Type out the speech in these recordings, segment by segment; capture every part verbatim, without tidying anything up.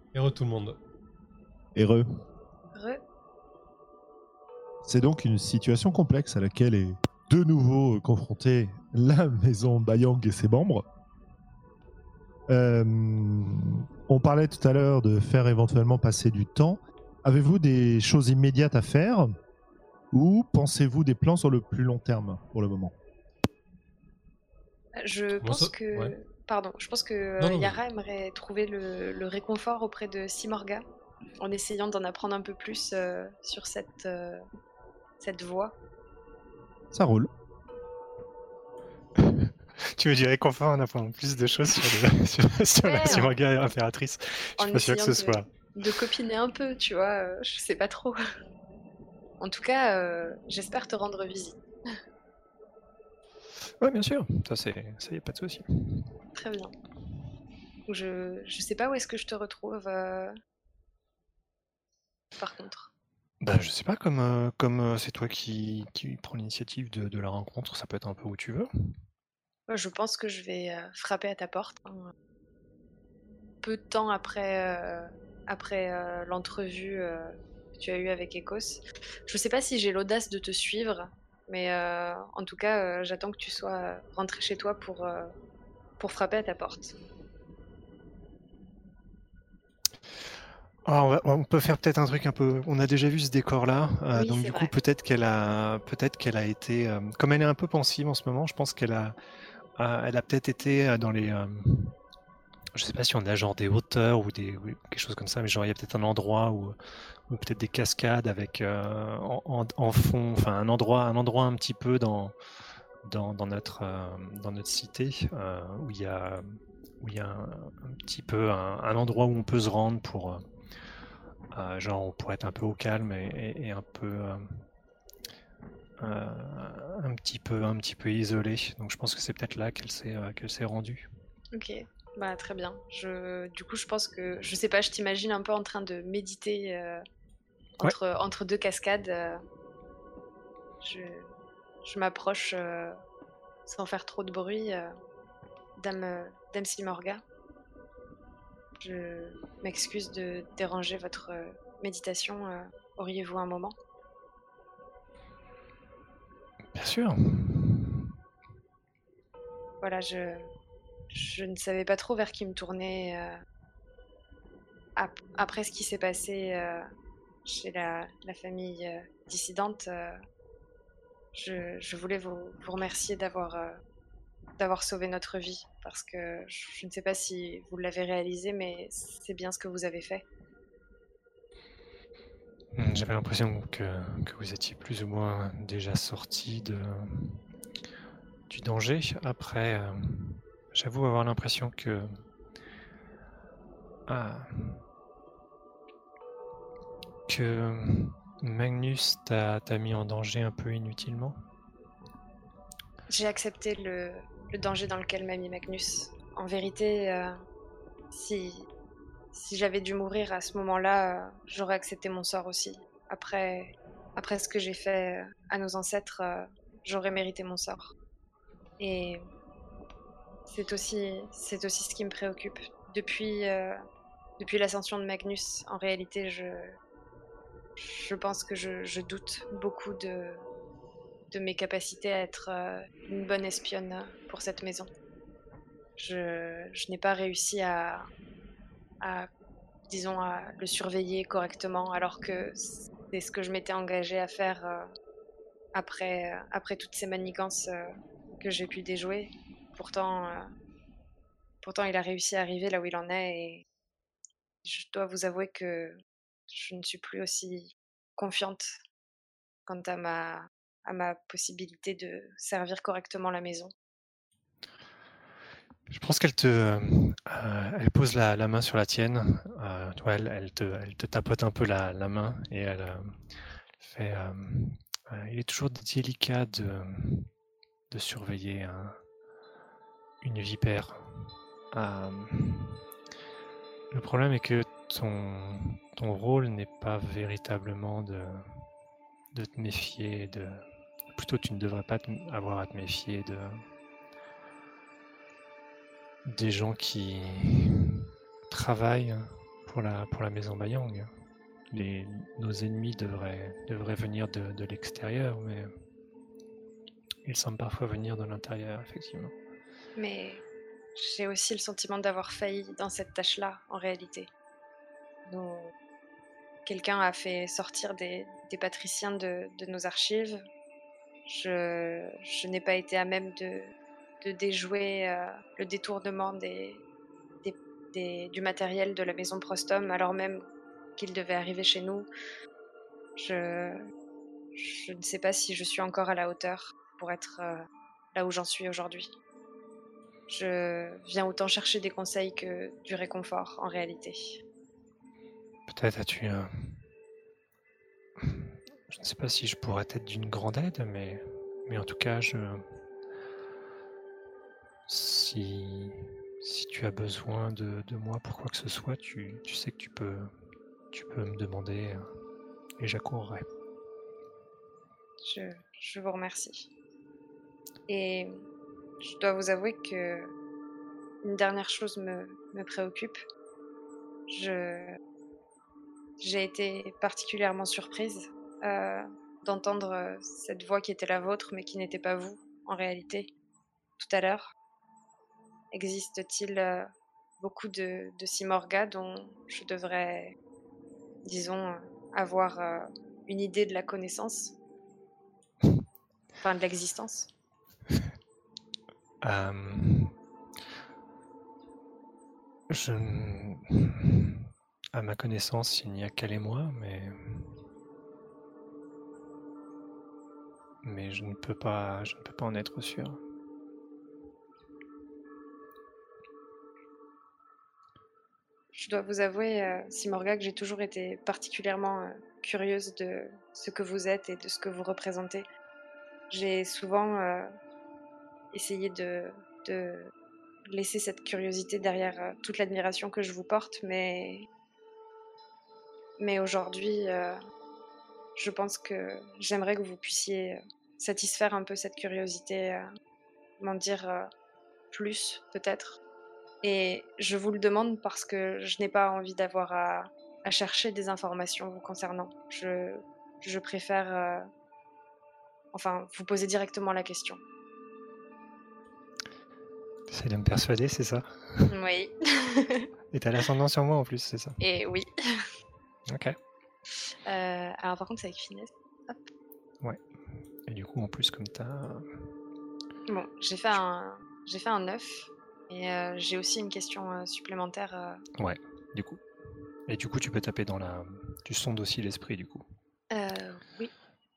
Heureux tout le monde. Heureux. Re. C'est donc une situation complexe à laquelle est de nouveau confrontée la maison Bayang et ses membres. Euh, on parlait tout à l'heure de faire éventuellement passer du temps. Avez-vous des choses immédiates à faire ou pensez-vous des plans sur le plus long terme pour le moment? Je Comment pense ça que... Ouais. Pardon, je pense que Non, euh, non, vas-y. Yara aimerait trouver le, le réconfort auprès de Simorga en essayant d'en apprendre un peu plus euh, sur cette, euh, cette voie. Ça roule. Tu veux dire réconfort en apprenant plus de choses sur, le, sur, sur la Ouais, en, Simorga impératrice? Je en suis pas sûr que essayant ce de, soit. de copiner un peu, tu vois, euh, je sais pas trop. En tout cas, euh, j'espère te rendre visite. Ouais, bien sûr, ça c'est, ça y a pas de souci. Très bien. Je, je sais pas où est-ce que je te retrouve, euh, par contre. Bah, je sais pas, comme euh, comme euh, c'est toi qui, qui prends l'initiative de, de la rencontre, ça peut être un peu où tu veux. Moi, je pense que je vais euh, frapper à ta porte, hein, peu de temps après, euh, après euh, l'entrevue euh, que tu as eue avec Ecos. Je sais pas si j'ai l'audace de te suivre, mais euh, en tout cas, euh, j'attends que tu sois rentré chez toi pour, euh, pour frapper à ta porte. Ah, on, va- on peut faire peut-être un truc un peu. On a déjà vu ce décor-là, euh, Oui, donc c'est du coup vrai. peut-être qu'elle a, peut-être qu'elle a été, euh, comme elle est un peu pensive en ce moment, je pense qu'elle a, euh, elle a peut-être été euh, dans les, euh, je sais pas si on a genre des hauteurs ou des ou quelque chose comme ça, mais genre il y a peut-être un endroit où, ou peut-être des cascades avec euh, en, en- en fond, enfin un endroit, un endroit un petit peu dans dans, dans notre euh, dans notre cité euh, où il y a où il y a un, un petit peu un, un endroit où on peut se rendre pour euh, euh, genre on pourrait être un peu au calme et, et- et un peu euh, euh, un petit peu un petit peu isolé. Donc je pense que c'est peut-être là qu'elle s'est euh, qu'elle s'est rendue. Ok, bah très bien. Je, du coup, je pense que, je sais pas, je t'imagine un peu en train de méditer euh, Ouais, entre, entre deux cascades. euh, je je m'approche euh, sans faire trop de bruit, euh, Dame, euh, Dame Simorga. Je m'excuse de déranger votre euh, méditation. euh, Auriez-vous un moment? bien sûr. Voilà, je, je ne savais pas trop vers qui me tourner euh, ap- après ce qui s'est passé euh, chez la, la famille euh, dissidente. euh, je, je voulais vous, vous remercier d'avoir euh, d'avoir sauvé notre vie parce que je, je ne sais pas si vous l'avez réalisé, mais c'est bien ce que vous avez fait. Hmm, J'avais l'impression que, que vous étiez plus ou moins déjà sorti de, du danger. Après, euh, j'avoue avoir l'impression que ah, que Magnus t'a t'a mis en danger un peu inutilement. J'ai accepté le, le danger dans lequel m'a mis Magnus. En vérité, euh, si, si j'avais dû mourir à ce moment-là, euh, j'aurais accepté mon sort aussi. Après, après ce que j'ai fait euh, à nos ancêtres, euh, j'aurais mérité mon sort. Et c'est aussi, c'est aussi ce qui me préoccupe. Depuis, euh, depuis l'ascension de Magnus, en réalité, je, je pense que je, je doute beaucoup de, de mes capacités à être euh, une bonne espionne pour cette maison. Je, je n'ai pas réussi à, à, disons, à le surveiller correctement, alors que c'est ce que je m'étais engagée à faire euh, après, euh, après toutes ces manigances euh, que j'ai pu déjouer. Pourtant, euh, pourtant, il a réussi à arriver là où il en est et je dois vous avouer que je ne suis plus aussi confiante quant à ma, à ma possibilité de servir correctement la maison. Je pense qu'elle te, euh, elle pose la, la main sur la tienne. Euh, tu vois, elle, elle te, elle te tapote un peu la, la main et elle euh, fait. euh, euh, il est toujours délicat de, de surveiller un- une vipère. Euh, le problème est que ton, ton rôle n'est pas véritablement de, de te méfier de. Plutôt, tu ne devrais pas te- avoir à te méfier de des gens qui travaillent pour la, pour la maison Bayang. Les, nos ennemis devraient, devraient venir de, de l'extérieur, mais ils semblent parfois venir de l'intérieur, effectivement. Mais j'ai aussi le sentiment d'avoir failli dans cette tâche-là, en réalité. Nous... Quelqu'un a fait sortir des, des patriciens de, de nos archives. Je, je n'ai pas été à même de, de déjouer euh, le détournement des, des, des- du matériel de la maison Prostom, alors même qu'il devait arriver chez nous. Je, je ne sais pas si je suis encore à la hauteur pour être euh, là où j'en suis aujourd'hui. Je viens autant chercher des conseils que du réconfort, en réalité. Peut-être as-tu un... Je ne sais pas si je pourrais être d'une grande aide, mais, mais en tout cas, je... si, si tu as besoin de, de moi pour quoi que ce soit, tu, tu sais que tu peux, tu peux me demander euh, et j'accourrai. Je, je vous remercie. Et je dois vous avouer que une dernière chose me, me préoccupe. Je, j'ai été particulièrement surprise euh, d'entendre euh, cette voix qui était la vôtre, mais qui n'était pas vous, en réalité, tout à l'heure. Existe-t-il euh, beaucoup de, de Simorga dont je devrais, disons, euh, avoir euh, une idée de la connaissance, enfin de l'existence? Euh, je... À ma connaissance, il n'y a qu'elle et moi, mais... mais je ne peux pas, je ne peux pas en être sûr. Je dois vous avouer, euh, Simorga, que j'ai toujours été particulièrement euh, curieuse de ce que vous êtes et de ce que vous représentez. J'ai souvent euh, essayé de, de laisser cette curiosité derrière euh, toute l'admiration que je vous porte, mais, mais aujourd'hui, euh, je pense que j'aimerais que vous puissiez euh, satisfaire un peu cette curiosité, euh, m'en dire euh, plus peut-être. Et je vous le demande parce que je n'ai pas envie d'avoir à, à chercher des informations vous concernant. Je, je préfère, euh, enfin, vous poser directement la question. T'essaies de me persuader, c'est ça? Oui. Et t'as l'ascendant sur moi en plus, c'est ça? Et oui. Ok. Euh, alors par contre, c'est avec finesse. Et du coup, en plus, comme t'as... Bon, j'ai fait un, j'ai fait un neuf. Et euh, j'ai aussi une question euh, supplémentaire. euh. Ouais, du coup. Et du coup, tu peux taper dans la... Tu sondes aussi l'esprit, du coup. Euh, oui.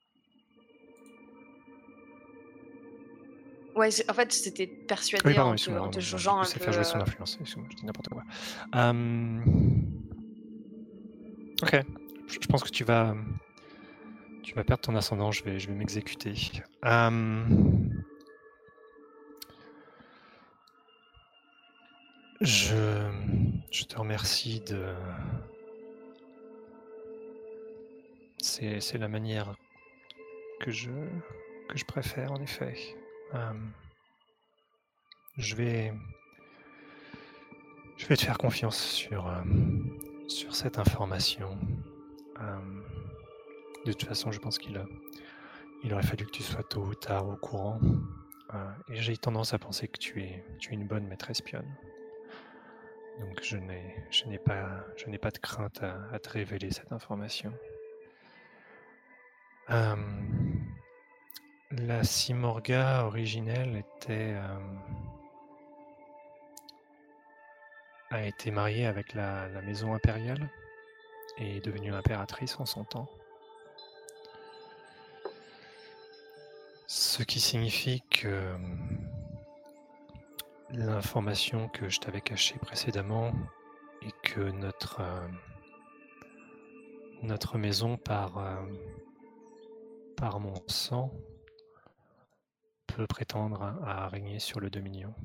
Ouais, j'ai- en fait, c'était persuadé Oui, pardon, en te, excuse-moi. en non, te non, non, du jaugeant coup, un c'est peu. faire jouer son euh, influence. Excuse-moi, je dis n'importe quoi. Euh, Ok. Je je pense que tu vas... Tu vas perdre ton ascendant, je vais, je vais m'exécuter. Euh, Je... je te remercie de... C'est, c'est la manière que je, que je préfère, en effet. Euh, je vais... Je vais te faire confiance sur, euh, sur cette information. Euh, de toute façon, je pense qu'il a- il aurait fallu que tu sois tôt ou tard au courant. Euh, et j'ai tendance à penser que tu es, tu es une bonne maîtresse espionne. Donc je n'ai, je n'ai pas, je n'ai pas de crainte à, à te révéler cette information. Euh, la Simorga originelle était, euh, a été mariée avec la, la maison impériale et est devenue impératrice en son temps. Ce qui signifie que l'information que je t'avais cachée précédemment et que notre, euh, notre maison par, euh, par mon sang peut prétendre à régner sur le Dominion.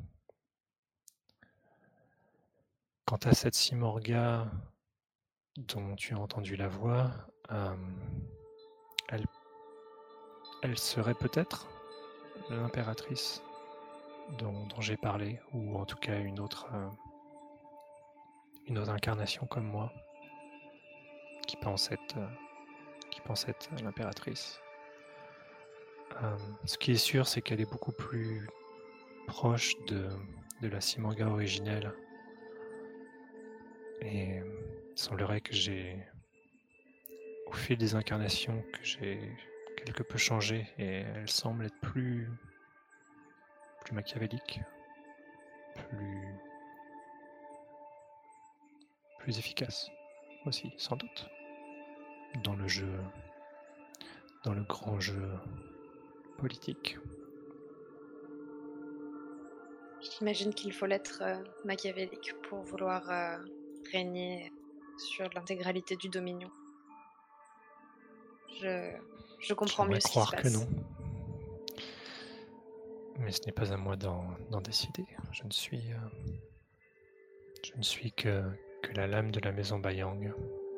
Quant à cette Simorga dont tu as entendu la voix, euh, elle, elle serait peut-être l'impératrice dont, dont j'ai parlé, ou en tout cas une autre, euh, une autre incarnation comme moi, qui pense être, euh, qui pense être l'impératrice. Euh, ce qui est sûr, c'est qu'elle est beaucoup plus proche de, de la Simanga originelle. Et il semblerait que j'ai, au fil des incarnations, que j'ai quelque peu changé, et elle semble être plus, plus machiavélique, plus, plus efficace aussi, sans doute, dans le jeu, dans le grand jeu politique. J'imagine qu'il faut l'être euh, machiavélique pour vouloir euh, régner sur l'intégralité du Dominion. Je, je comprends J'aimerais mieux ce qui se croire que passe. non. Mais ce n'est pas à moi d'en, d'en décider. Je ne suis, euh, je ne suis que, que la lame de la maison Bayang.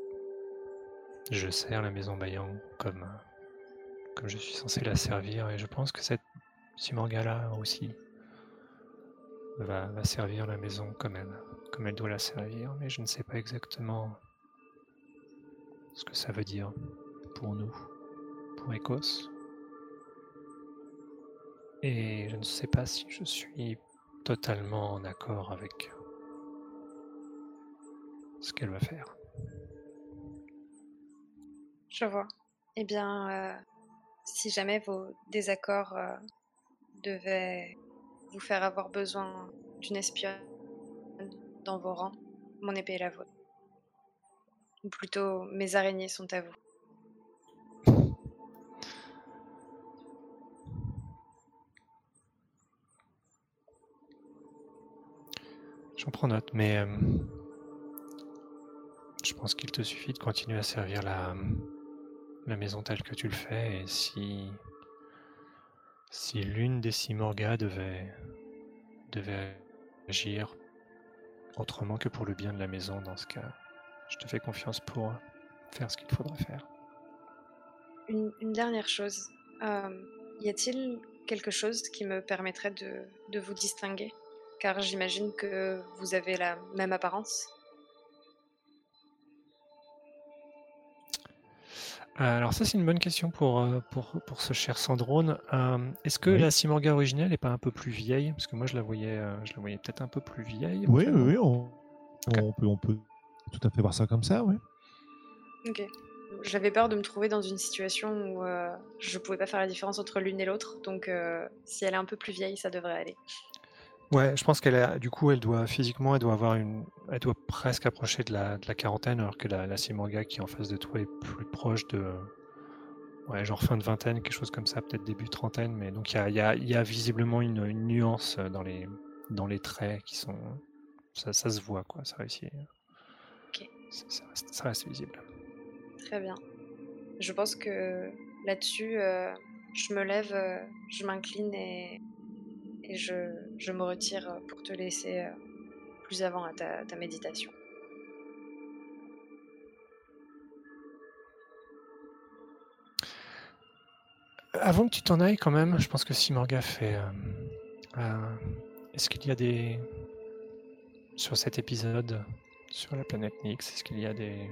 Je sers la maison Bayang comme, comme je suis censé la servir, et je pense que cette Simorga-là aussi va, va servir la maison comme elle, comme elle doit la servir, mais je ne sais pas exactement ce que ça veut dire pour nous, pour Écosse. Et je ne sais pas si je suis totalement en accord avec ce qu'elle va faire. Je vois. Eh bien, euh, si jamais vos désaccords euh, devaient vous faire avoir besoin d'une espionne dans vos rangs, mon épée est la vôtre. Ou plutôt, mes araignées sont à vous. J'en prends note, mais euh, je pense qu'il te suffit de continuer à servir la, la maison telle que tu le fais, et si, si l'une des Simorga devait, devait agir autrement que pour le bien de la maison, dans ce cas, je te fais confiance pour faire ce qu'il faudra faire. Une, une dernière chose. Euh, y a-t-il quelque chose qui me permettrait de, de vous distinguer? Car j'imagine que vous avez la même apparence. Euh, alors ça, c'est une bonne question pour, euh, pour, pour ce cher Sandrone. Euh, est-ce que Oui. la Simorga originelle n'est pas un peu plus vieille? Parce que moi, je la voyais, euh, je la voyais peut-être un peu plus vieille. Oui, oui, éventuellement. oui, on, Ok. on peut, on peut tout à fait voir ça comme ça, oui. Ok. J'avais peur de me trouver dans une situation où euh, je pouvais pas faire la différence entre l'une et l'autre, donc euh, si elle est un peu plus vieille, ça devrait aller. Ouais, je pense qu'elle a, du coup, elle doit physiquement, elle doit avoir une, elle doit presque approcher de la, de la quarantaine, alors que la, la Simorga qui est en face de toi est plus proche de, ouais, genre fin de vingtaine, quelque chose comme ça, peut-être début trentaine. Mais donc il y a, y a- y a visiblement une, une nuance dans les, dans les traits qui sont, ça, ça se voit quoi, ça réussit. Ok. Ça, ça reste, ça reste visible. Très bien. Je pense que là-dessus, euh, je me lève, euh, je m'incline et, et je, je me retire pour te laisser euh, plus avant à ta, ta méditation. Avant que tu t'en ailles quand même, je pense que Simorga fait. euh, euh, est-ce qu'il y a des sur cet épisode sur la planète Nyx, est-ce qu'il y a des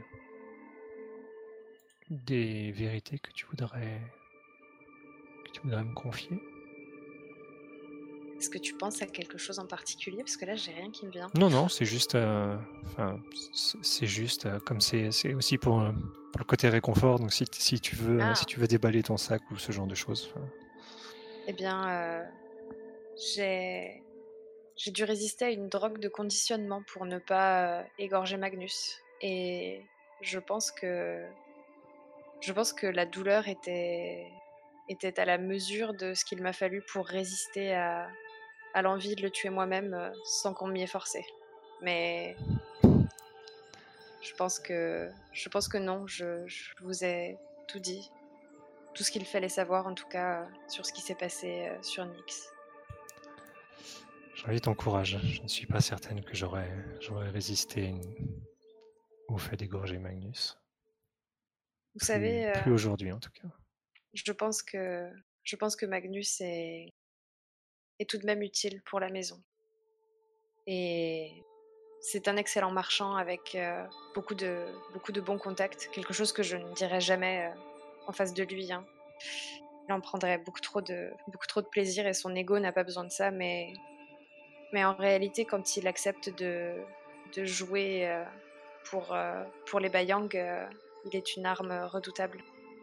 des vérités que tu voudrais que tu voudrais me confier? Est-ce que tu penses à quelque chose en particulier? Parce que là, j'ai rien qui me vient. Non, non, c'est juste, euh, enfin, c'est c'est juste euh, comme c'est c'est aussi pour, euh, pour le côté réconfort. Donc si, t- si tu veux euh, Ah, si tu veux déballer ton sac ou ce genre de choses. enfin, eh bien, euh, j'ai j'ai dû résister à une drogue de conditionnement pour ne pas euh, égorger Magnus. Et je pense que je pense que la douleur était était à la mesure de ce qu'il m'a fallu pour résister à, à l'envie de le tuer moi-même euh, sans qu'on m'y ait forcé. Mais je pense que je pense que non, je, je vous ai tout dit, tout ce qu'il fallait savoir en tout cas euh, sur ce qui s'est passé euh, sur Nyx. J'invite ton courage. Je ne suis pas certaine que j'aurais j'aurais résisté une- au fait d'égorger Magnus. Vous Plus, savez, euh, plus aujourd'hui en tout cas. je pense que je pense que Magnus est est tout de même utile pour la maison. Et c'est un excellent marchand avec euh, beaucoup, de, beaucoup de bons contacts. Quelque chose que je ne dirais jamais euh, en face de lui. Hein. Il en prendrait beaucoup trop, de, beaucoup trop de plaisir et son ego n'a pas besoin de ça. Mais, mais en réalité, quand il accepte de, de jouer euh, pour, euh, pour les Bayang, euh, il est une arme redoutable.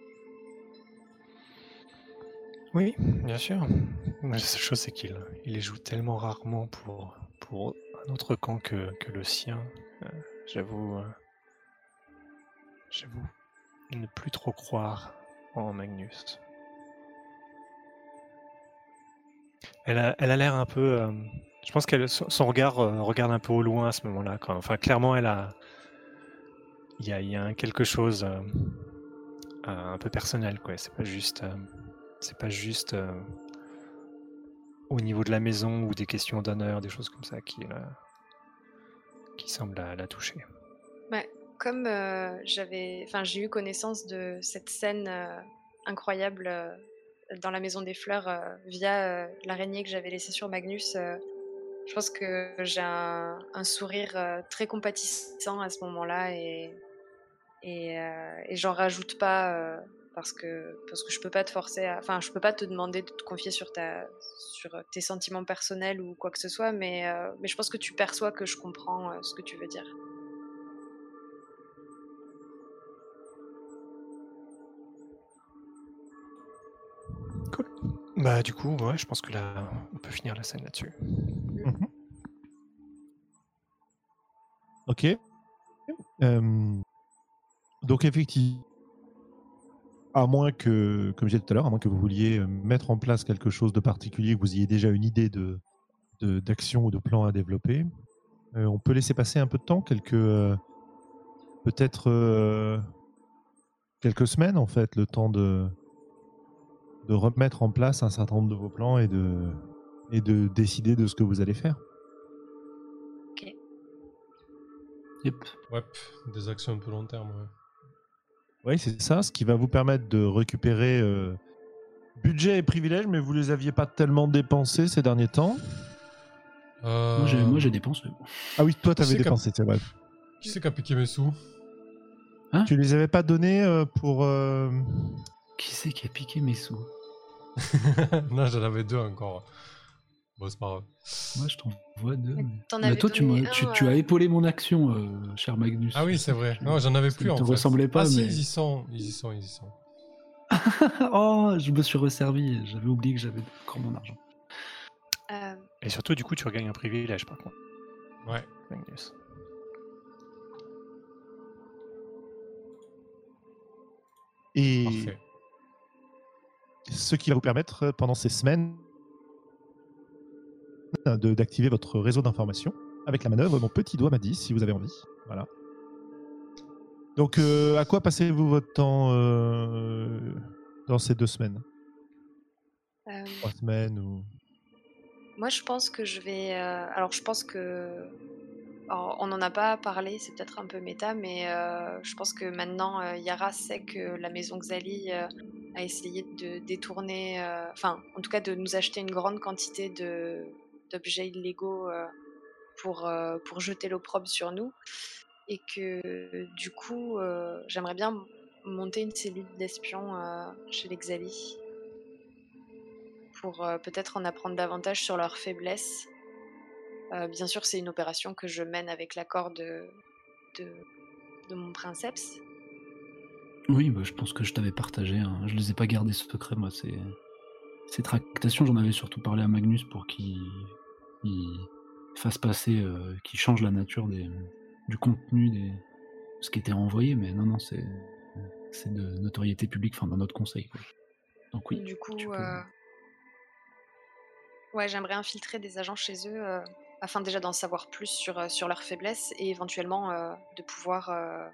Oui, bien sûr. Mais la seule chose, c'est qu'il il les joue tellement rarement pour, pour un autre camp que, que le sien. Euh, j'avoue, euh, j'avoue ne plus trop croire en Magnus. Elle a, elle a l'air un peu. Euh, je pense qu'elle, son, son regard euh, regarde un peu au loin à ce moment-là. Quand, enfin, clairement, elle a. Il y a, il y a quelque chose euh, un peu personnel, quoi. C'est pas juste. Euh, c'est pas juste. Euh, au niveau de la maison ou des questions d'honneur, des choses comme ça qui, euh, qui semblent la, la toucher. Ouais, comme euh, j'avais, enfin, j'ai eu connaissance de cette scène euh, incroyable euh, dans la Maison des Fleurs euh, via euh, l'araignée que j'avais laissée sur Magnus, euh, je pense que j'ai un, un sourire euh, très compatissant à ce moment-là et, et, euh, et j'en rajoute pas euh, parce que parce que je peux pas te forcer, à, enfin, je peux pas te demander de te confier sur ta sur tes sentiments personnels ou quoi que ce soit, mais euh, mais je pense que tu perçois que je comprends euh, ce que tu veux dire. Cool. Bah du coup, ouais, je pense que là, on peut finir la scène là-dessus. Mhm. Ok. Euh, donc effectivement, à moins que, comme je disais tout à l'heure, à moins que vous vouliez euh, mettre en place quelque chose de particulier, que vous ayez déjà une idée de, de- d'action ou de plan à développer, euh, on peut laisser passer un peu de temps, quelques euh, peut-être euh, quelques semaines en fait, le temps de, de remettre en place un certain nombre de vos plans et de, et de décider de ce que vous allez faire. Yep. Ouais, des actions un peu long terme. Ouais. Oui, c'est ça, ce qui va vous permettre de récupérer euh, budget et privilèges, mais vous les aviez pas tellement dépensés ces derniers temps. Euh... Moi, j'ai, moi, j'ai dépensé. Ah oui, toi, tu avais Qui c'est qui a- dépensé, c'est vrai. Qui c'est qui a piqué mes sous? Hein? Tu les avais pas donnés euh, pour... euh, Qui c'est qui a piqué mes sous? Non, j'en avais deux encore. Bon, c'est pas grave. Moi, je t'en vois deux. Mais Mais, t'en mais avais toi, tu, donné m'as- tu, un, tu euh, as épaulé mon action, euh, cher Magnus. Ah oui, c'est vrai. Non, j'en avais plus Ça en ne te fait. ressemblait pas, ah si, mais- ils y sont, ils y sont, ils y sont. Oh, je me suis resservi. J'avais oublié que j'avais encore mon argent. euh, Et surtout, du coup, tu regagnes un privilège, par contre, Ouais. Magnus. Et Parfait. ce qui va vous permettre, euh, pendant ces semaines, de- d'activer votre réseau d'information avec la manœuvre Mon petit doigt m'a dit, si vous avez envie. Voilà. Donc, euh, à quoi passez-vous votre temps euh, dans ces deux semaines euh, Trois semaines ou... Moi, je pense que je vais. euh, Alors, je pense que. Alors, on n'en a pas parlé, c'est peut-être un peu méta, mais euh, je pense que maintenant, euh, Yara sait que la maison Xali euh, a essayé de détourner. euh, Enfin, en tout cas, de nous acheter une grande quantité de d'objets illégaux euh, pour, euh, pour jeter l'opprobre sur nous. Et que, du coup, euh, j'aimerais bien m- monter une cellule d'espions euh, chez les Xali pour euh, peut-être en apprendre davantage sur leurs faiblesses. Euh, bien sûr, c'est une opération que je mène avec l'accord de, de, de mon princeps. Oui, bah, je pense que je t'avais partagé. Hein. Je les ai pas gardés secrets, moi. Ces, ces tractations, j'en avais surtout parlé à Magnus pour qu'il il fasse passer, euh, qu'il change la nature des, du contenu des ce qui était envoyé. Mais non, non, c'est c'est de notoriété publique, enfin dans notre conseil. Quoi. Donc oui. Du coup, tu peux- euh, ouais, j'aimerais infiltrer des agents chez eux euh, afin déjà d'en savoir plus sur, euh, sur leurs faiblesses et éventuellement euh, de pouvoir euh,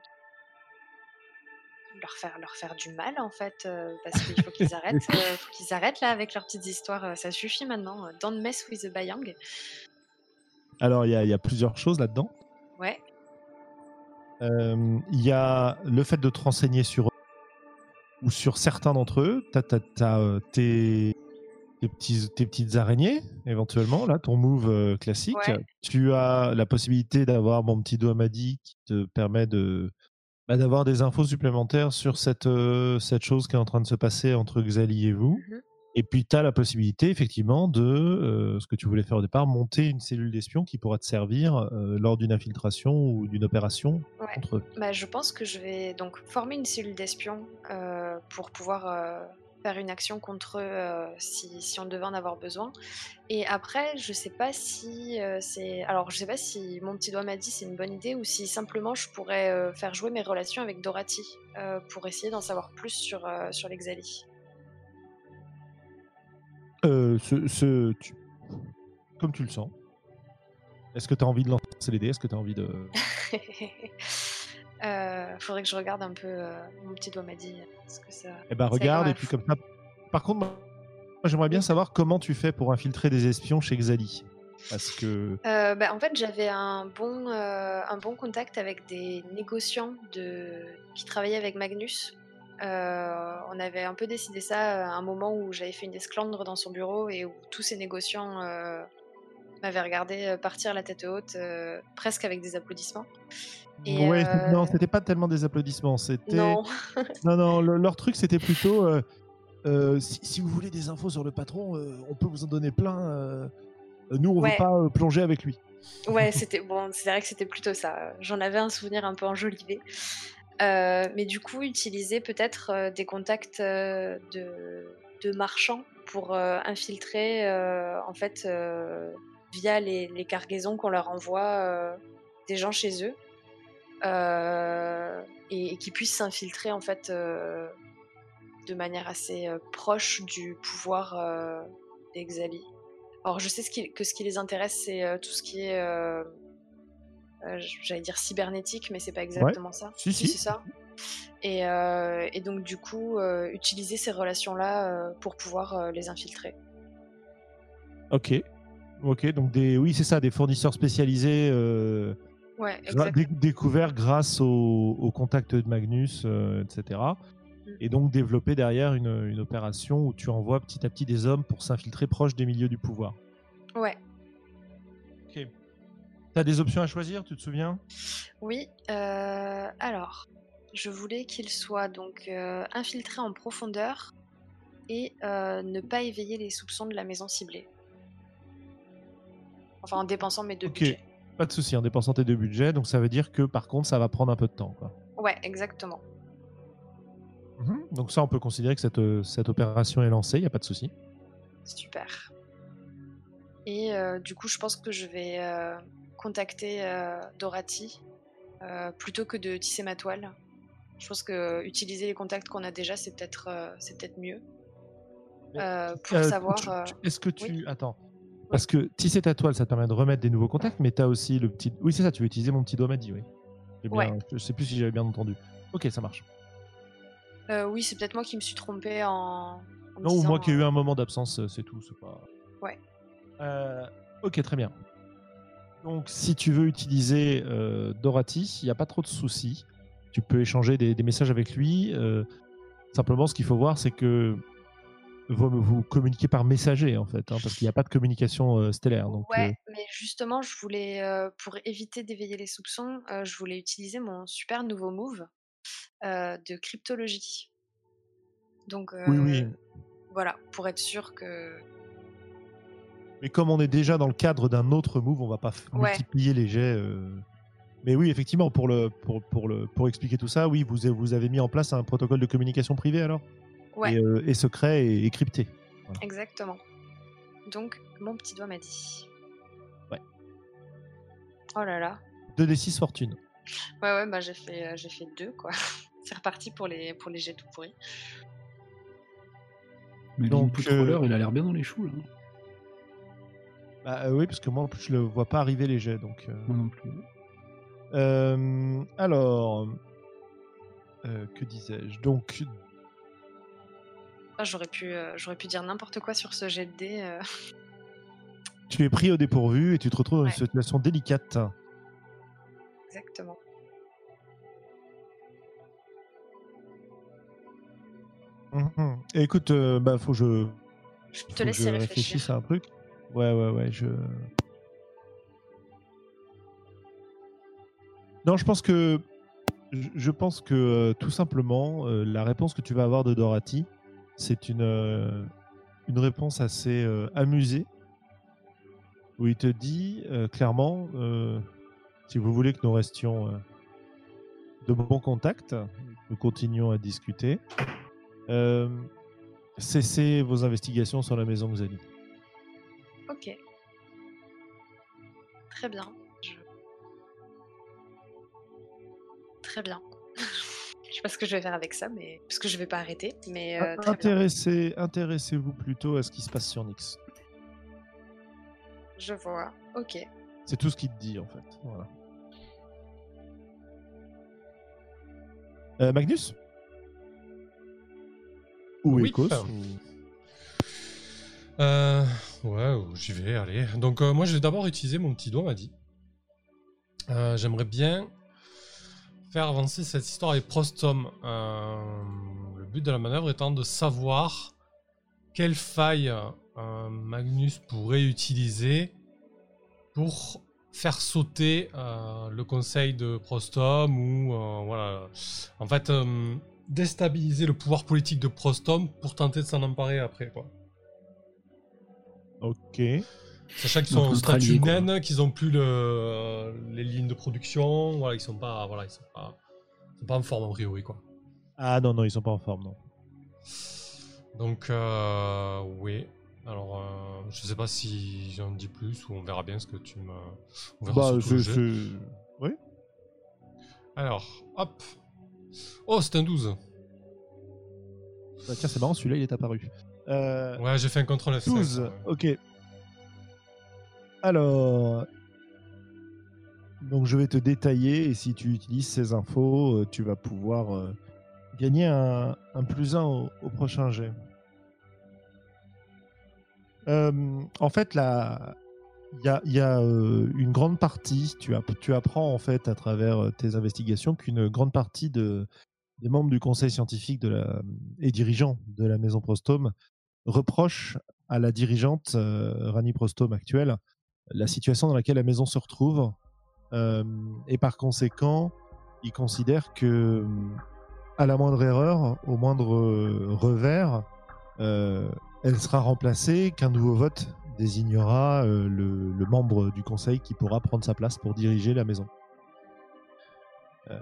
leur, faire, leur faire du mal en fait, euh, parce qu'il faut qu'ils arrêtent, euh, faut qu'ils arrêtent là avec leurs petites histoires. euh, Ça suffit maintenant. euh, Don't mess with the Bayang. Alors, il y, a- il y a plusieurs choses là-dedans. Ouais. Euh, Il y a le fait de te renseigner sur eux ou sur certains d'entre eux. T'as, t'as- t'as, euh, tes, tes, petits, tes petites araignées, éventuellement, là, ton move euh, classique. Ouais. Tu as la possibilité d'avoir mon petit doigt Madi qui te permet de, bah, d'avoir des infos supplémentaires sur cette, euh, cette chose qui est en train de se passer entre Xali et vous. Mhm. Et puis, tu as la possibilité, effectivement, de, euh, ce que tu voulais faire au départ, monter une cellule d'espion qui pourra te servir euh, lors d'une infiltration ou d'une opération Ouais. contre eux. Bah, je pense que je vais donc former une cellule d'espion euh, pour pouvoir euh, faire une action contre eux euh, si, si on devait en avoir besoin. Et après, je sais pas si euh, c'est. Alors, je sais pas si mon petit doigt m'a dit c'est une bonne idée ou si simplement je pourrais euh, faire jouer mes relations avec Dorothy euh, pour essayer d'en savoir plus sur, euh, sur l'Exali. Euh, ce, ce, tu- Comme tu le sens. Est-ce que tu as envie de lancer les dés? Est-ce que tu as envie de... euh, faudrait que je regarde un peu euh, mon petit doigt m'a dit. Parce que ça. Eh ben, ça- regarde, ouais, et puis comme ça... Par contre, moi, j'aimerais bien Oui. savoir comment tu fais pour infiltrer des espions chez Xali. Parce que... Euh, bah, en fait, j'avais un bon, euh, un bon contact avec des négociants de... qui travaillaient avec Magnus. Euh, on avait un peu décidé ça à un moment où j'avais fait une esclandre dans son bureau et où tous ces négociants euh, m'avaient regardé partir la tête haute, euh, presque avec des applaudissements. Et Ouais, c'est- euh, non, c'était pas tellement des applaudissements, c'était... non, Non, non, le- leur truc, c'était plutôt... euh, euh, si, si vous voulez des infos sur le patron, euh, on peut vous en donner plein. euh, nous, on Ouais. veut pas euh, plonger avec lui. ouais, c'était bon. C'est vrai que c'était plutôt ça. J'en avais un souvenir un peu enjolivé. Euh, mais du coup, utiliser peut-être euh, des contacts euh, de, de marchands pour euh, infiltrer, euh, en fait, euh, via les, les cargaisons qu'on leur envoie euh, des gens chez eux, euh, et, et qui puissent s'infiltrer, en fait, euh, de manière assez euh, proche du pouvoir euh, des Xali. Alors, je sais ce qui, que ce qui les intéresse, c'est euh, tout ce qui est, euh, euh, j'allais dire cybernétique, mais c'est pas exactement ça. Si, si. c'est ça. Et, euh, et donc du coup, euh, utiliser ces relations-là euh, pour pouvoir euh, les infiltrer. Ok. Ok, donc des... oui, c'est ça, des fournisseurs spécialisés... euh, Ouais, gra- exact. dé- découverts grâce au, au contact de Magnus, euh, et cetera. Mm. Et donc développer derrière une, une opération où tu envoies petit à petit des hommes pour s'infiltrer proche des milieux du pouvoir. Ouais. Ok. T'as des options à choisir, tu te souviens? Oui. euh, alors, je voulais qu'il soit donc euh, infiltré en profondeur et euh, ne pas éveiller les soupçons de la maison ciblée. Enfin, en dépensant mes deux Ok, budgets. pas de souci, en dépensant tes deux budgets, donc ça veut dire que par contre ça va prendre un peu de temps, quoi. Ouais, exactement. Mhm. Donc ça, on peut considérer que cette, euh, cette opération est lancée, il n'y a pas de souci. Super. Et euh, du coup, je pense que je vais euh, contacter euh, Dorothy euh, plutôt que de tisser ma toile. Je pense que euh, utiliser les contacts qu'on a déjà, c'est peut-être euh, c'est peut-être mieux. Euh, pour Euh, savoir. tu- euh, tu- Est-ce que tu... Oui. Attends. Parce que tisser ta toile, ça te permet de remettre des nouveaux contacts, mais tu as aussi le petit... Oui, c'est ça, tu veux utiliser mon petit doigt Madi, oui. J'ai bien... Ouais. Je sais plus si j'avais bien entendu. Ok, ça marche. Euh, oui, c'est peut-être moi qui me suis trompée en, en me Non, ou disant. moi qui ai eu euh, un moment d'absence, euh, c'est tout, c'est pas... Ouais. Euh, ok, très bien. Donc, si tu veux utiliser euh, Dorothy, il n'y a pas trop de soucis. Tu peux échanger des, des messages avec lui. euh, simplement, ce qu'il faut voir, c'est que vous, vous communiquez par messager, en fait, hein, parce qu'il n'y a pas de communication euh, stellaire. Donc, Ouais, euh, mais justement, je voulais, euh, pour éviter d'éveiller les soupçons, euh, je voulais utiliser mon super nouveau move euh, de cryptologie. Donc, oui, euh, oui. voilà, pour être sûr que. Mais comme on est déjà dans le cadre d'un autre move, on va pas f- Ouais. multiplier les jets. euh. Mais oui, effectivement, pour, le, pour, pour, le, pour expliquer tout ça, oui, vous, avez- vous avez mis en place un protocole de communication privée alors Ouais, et, euh, et secret et, et crypté. exactement. Donc, mon petit doigt m'a dit. Ouais. Oh là là. deux d six fortune. Ouais, ouais, bah j'ai fait, euh, j'ai fait deux, quoi. C'est reparti pour les, pour les jets tout pourris. Mais Donc, l'input euh, roller, il a l'air bien dans les choux, là. Bah, euh, oui, parce que moi, en plus, je le vois pas arriver les jets. Donc, euh. Moi non plus. Euh, alors, euh, que disais-je? Donc, Ah, j'aurais pu, euh, j'aurais pu dire n'importe quoi sur ce jet de dés. euh. tu es pris au dépourvu et tu te retrouves dans Ouais. une situation délicate. Exactement. Mhm. Et écoute, euh, bah, faut que je Je Faut te que laisse je y réfléchisse réfléchir. à un truc. Ouais, ouais, ouais, je... Non, je pense que... Je je pense que, euh, tout simplement, euh, la réponse que tu vas avoir de Dorothy, c'est une, euh, une réponse assez euh, amusée, où il te dit euh, clairement, euh, si vous voulez que nous restions euh, de bons contacts, nous continuons à discuter, euh, cessez vos investigations sur la maison Xali. Ok. Très bien. Je- Très bien. Je sais pas ce que je vais faire avec ça, mais parce que je vais pas arrêter, mais euh, très bien. Intéressez, intéressez-vous plutôt à ce qui se passe sur Nyx. Je vois. Ok. C'est tout ce qu'il te dit en fait. Voilà. Euh, Magnus Ou Oui. Ecos Enfin, ou- Euh, ouais, j'y vais, allez. Donc euh, moi, je vais d'abord utiliser mon petit doigt, m'a dit. Euh, J'aimerais bien faire avancer cette histoire avec Prostom. Euh, le but de la manœuvre étant de savoir quelle faille euh, Magnus pourrait utiliser pour faire sauter euh, le conseil de Prostom ou euh, voilà. En fait, euh, déstabiliser le pouvoir politique de Prostom pour tenter de s'en emparer après, quoi. Ok. Sachant qu'ils Donc sont au notre statut allié, quoi. naine, qu'ils ont plus le, les lignes de production, voilà, ils sont pas, voilà, ils sont pas, ils sont pas en forme a priori, quoi. Ah non, non, ils sont pas en forme, non. Donc, euh, oui. Alors, euh, je sais pas si j'en dis plus ou on verra bien ce que tu me. On verra Bah, surtout le c'est... jet. c'est- Oui. Alors, hop. Oh, c'est un douze. Bah, tiens, c'est marrant, celui-là, il est apparu. Euh, Ouais, j'ai fait un contrôle F cinq. douze, ça, ouais. ok. Alors... Donc, je vais te détailler, et si tu utilises ces infos, euh, tu vas pouvoir euh, gagner un, un plus un au, au prochain jet. Euh, en fait, là, il y a, il y a, euh, une grande partie, tu, app- tu apprends en fait à travers euh, tes investigations qu'une grande partie de, des membres du conseil scientifique de la, et dirigeants de la maison Prostome reprochent à la dirigeante euh, Rani Prostome actuelle la situation dans laquelle la maison se retrouve. Euh, et par conséquent, ils considèrent que à la moindre erreur, au moindre euh, revers, euh, elle sera remplacée, qu'un nouveau vote désignera euh, le, le membre du conseil qui pourra prendre sa place pour diriger la maison. Euh,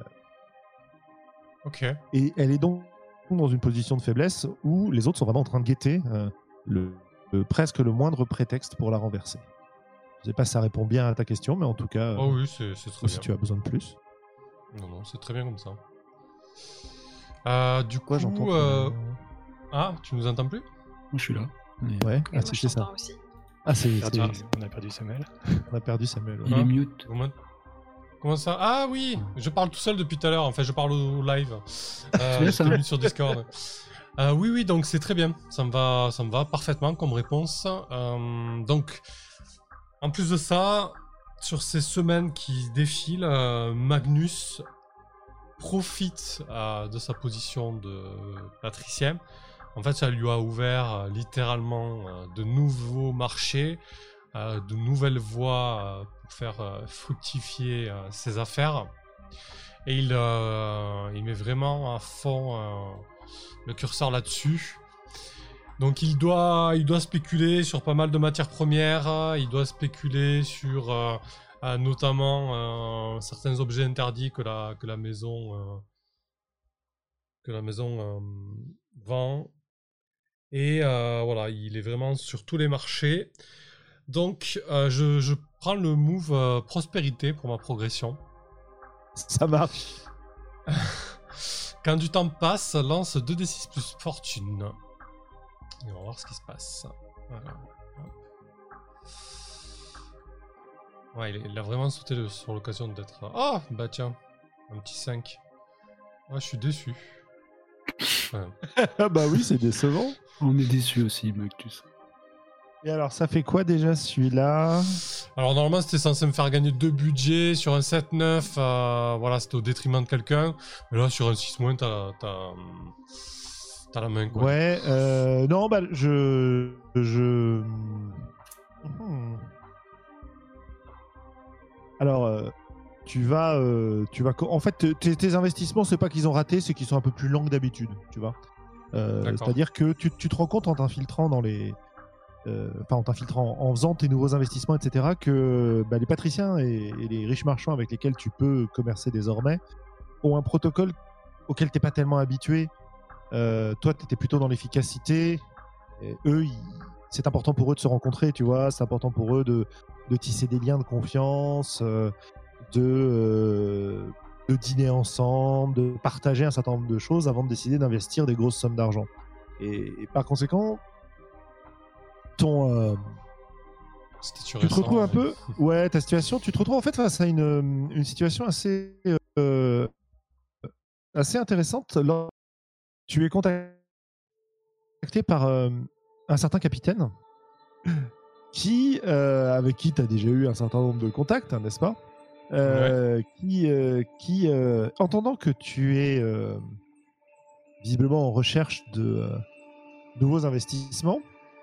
Ok. et elle est donc dans une position de faiblesse où les autres sont vraiment en train de guetter euh, le, le- presque le moindre prétexte pour la renverser. Je ne sais pas si ça répond bien à ta question, mais en tout cas, Oh oui, c'est c'est très ou si bien. tu as besoin de plus. Non, non, c'est très bien comme ça. Euh, du Quoi, coup, j'entends euh, ton- ah, tu nous entends plus? Moi, je suis là. Mais, Ouais, Et ah, moi, c'est je ça. t'entends aussi. Ah, c'est, Perdu- c'est- On a perdu Samuel. on a perdu Samuel. ouais. Il Ah. est mute. Comment... Comment ça? Ah oui, je parle tout seul depuis tout à l'heure. En fait, je parle au live. Euh, bien ça. J'étais venu sur Discord. Euh, oui, oui, donc c'est très bien. Ça me va, ça me va parfaitement comme réponse. Euh, donc, en plus de ça, sur ces semaines qui défilent, euh, Magnus profite euh, de sa position de patricien. En fait, ça lui a ouvert euh, littéralement euh, de nouveaux marchés, euh, de nouvelles voies euh, pour faire euh, fructifier euh, ses affaires. Et il, euh, il met vraiment à fond euh, le curseur là-dessus. Donc il doit, il doit spéculer sur pas mal de matières premières, euh, il doit spéculer sur euh, euh, notamment euh, certains objets interdits que la, que la maison, euh, que la maison euh, vend. Et euh, voilà, il est vraiment sur tous les marchés. Donc euh, je, je prends le move euh, prospérité pour ma progression. Ça marche. Quand du temps passe, lance deux d six plus fortune. Et on va voir ce qui se passe. Voilà. Hop. Ouais, il, est- il a vraiment sauté le- sur l'occasion d'être... Ah, bah tiens, un petit cinq. Ouais, je suis déçu. Ouais. Ah bah oui, c'est décevant. On est déçus aussi, Magnus. Et alors, ça fait quoi déjà celui-là? Alors normalement, c'était censé me faire gagner deux budgets. Sur un sept neuf, euh, voilà, c'était au détriment de quelqu'un. Mais là, sur un six moins, t'as... t'as, T'as la main, quoi. Ouais, euh, non, bah, je. je... Hmm. Alors, euh, tu vas. Euh, tu vas... En fait, tes, tes investissements, c'est pas qu'ils ont raté, c'est qu'ils sont un peu plus longs que d'habitude, tu vois. Euh, D'accord. c'est-à-dire que tu, tu te rends compte en t'infiltrant dans les. euh, Enfin, en t'infiltrant, en faisant tes nouveaux investissements, et cetera, que bah, les patriciens et, et les riches marchands avec lesquels tu peux commercer désormais ont un protocole auquel t'es pas tellement habitué. Euh, toi, tu étais plutôt dans l'efficacité. Et eux, ils- c'est important pour eux de se rencontrer, tu vois. C'est important pour eux de, de tisser des liens de confiance, euh, de, euh, de dîner ensemble, de partager un certain nombre de choses avant de décider d'investir des grosses sommes d'argent. Et, et par conséquent, ton, euh, C'était tu te récent, retrouves un ouais. peu, ouais, ta situation, tu te retrouves en fait face à une, une situation assez, euh, assez intéressante. Là, tu es contacté par euh, un certain capitaine qui, euh, avec qui tu as déjà eu un certain nombre de contacts, hein, n'est-ce pas? Euh, qui, euh, qui euh, entendant que tu es euh, visiblement en recherche de euh, nouveaux investissements,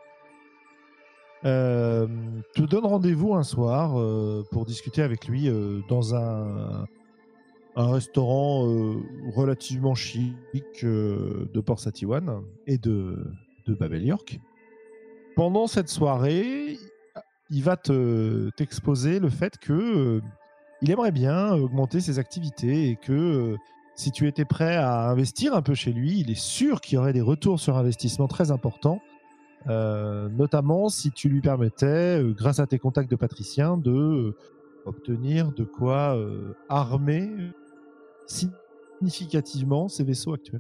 euh, te donne rendez-vous un soir euh, pour discuter avec lui euh, dans un, un restaurant euh, relativement chic euh, de Port Satiwan et de, de Babel York. Pendant cette soirée, il va te, t'exposer le fait que euh, il aimerait bien augmenter ses activités et que euh, si tu étais prêt à investir un peu chez lui, il est sûr qu'il y aurait des retours sur investissement très importants, euh, notamment si tu lui permettais, euh, grâce à tes contacts de patricien, de euh, obtenir de quoi euh, armer significativement ses vaisseaux actuels.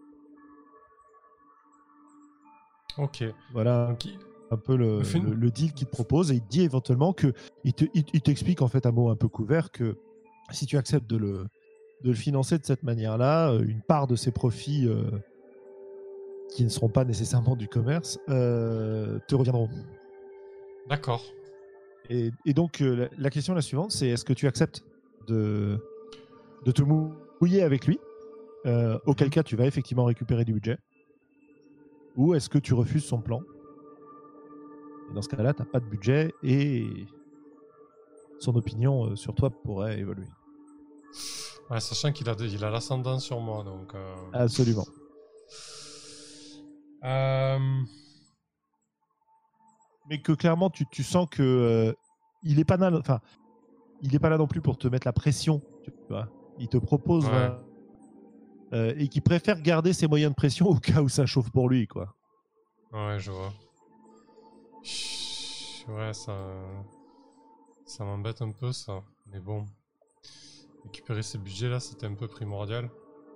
Ok. Voilà Donc, il- un peu le, le fait- le- le deal qu'il te propose, et il te dit éventuellement que il, te- il- il t'explique en fait à mot un peu couvert que si tu acceptes de le, de le financer de cette manière-là, euh, une part de ses profits euh, qui ne seront pas nécessairement du commerce euh, te reviendront. D'accord. Et, et donc euh, la, la question est la suivante, c'est est-ce que tu acceptes de, de te mouiller avec lui, euh, auquel Mhm. cas tu vas effectivement récupérer du budget, ou est-ce que tu refuses son plan? Et dans ce cas-là, tu n'as pas de budget et son opinion euh, sur toi pourrait évoluer. Ouais, sachant qu'il a, de- il a l'ascendant sur moi, donc. euh, Absolument. euh, Mais que clairement, tu, tu sens que euh, il est pas là, enfin, il est pas là non plus pour te mettre la pression, tu vois. Il te propose, Ouais. voilà, euh, et qui préfère garder ses moyens de pression au cas où ça chauffe pour lui, quoi. Ouais, je vois. Chut, ouais, ça. Ça m'embête un peu, ça. Mais bon. Récupérer ces budgets-là, c'était un peu primordial.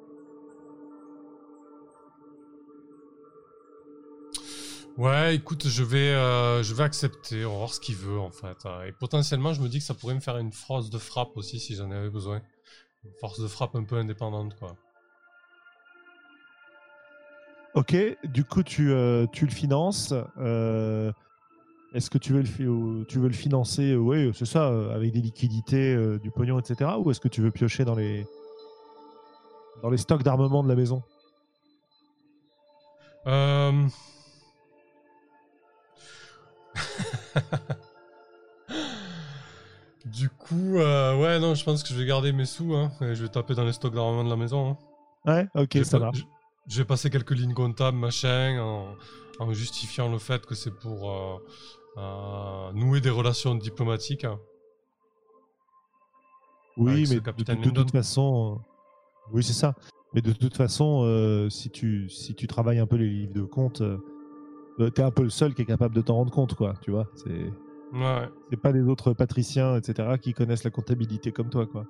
Ouais, écoute, je vais, euh, je vais accepter. On va voir ce qu'il veut, en fait. Euh, Et potentiellement, je me dis que ça pourrait me faire une force de frappe aussi, si j'en avais besoin. Une force de frappe un peu indépendante, quoi. Ok, du coup, tu, euh, tu le finances. euh, Est-ce que tu veux le, fi- ou tu veux le financer, euh, oui, c'est ça, euh, avec des liquidités, euh, du pognon, et cetera. Ou est-ce que tu veux piocher dans les, dans les stocks d'armement de la maison? Euh... Du coup, euh, ouais, non, je pense que je vais garder mes sous, hein, et je vais taper dans les stocks d'armement de la maison. Hein. Ouais, ok, Je vais ça pas- marche. je- je vais passer quelques lignes comptables, machin, en, en justifiant le fait que c'est pour euh, euh, nouer des relations diplomatiques hein, Oui, avec ce mais de, de- capitaine de Lyndon. toute façon, euh, oui, c'est ça. Mais de toute façon, euh, si tu si tu travailles un peu les livres de compte, euh, euh, t'es un peu le seul qui est capable de t'en rendre compte, quoi. Tu vois, c'est Ouais, c'est pas les autres patriciens, et cetera, qui connaissent la comptabilité comme toi, quoi.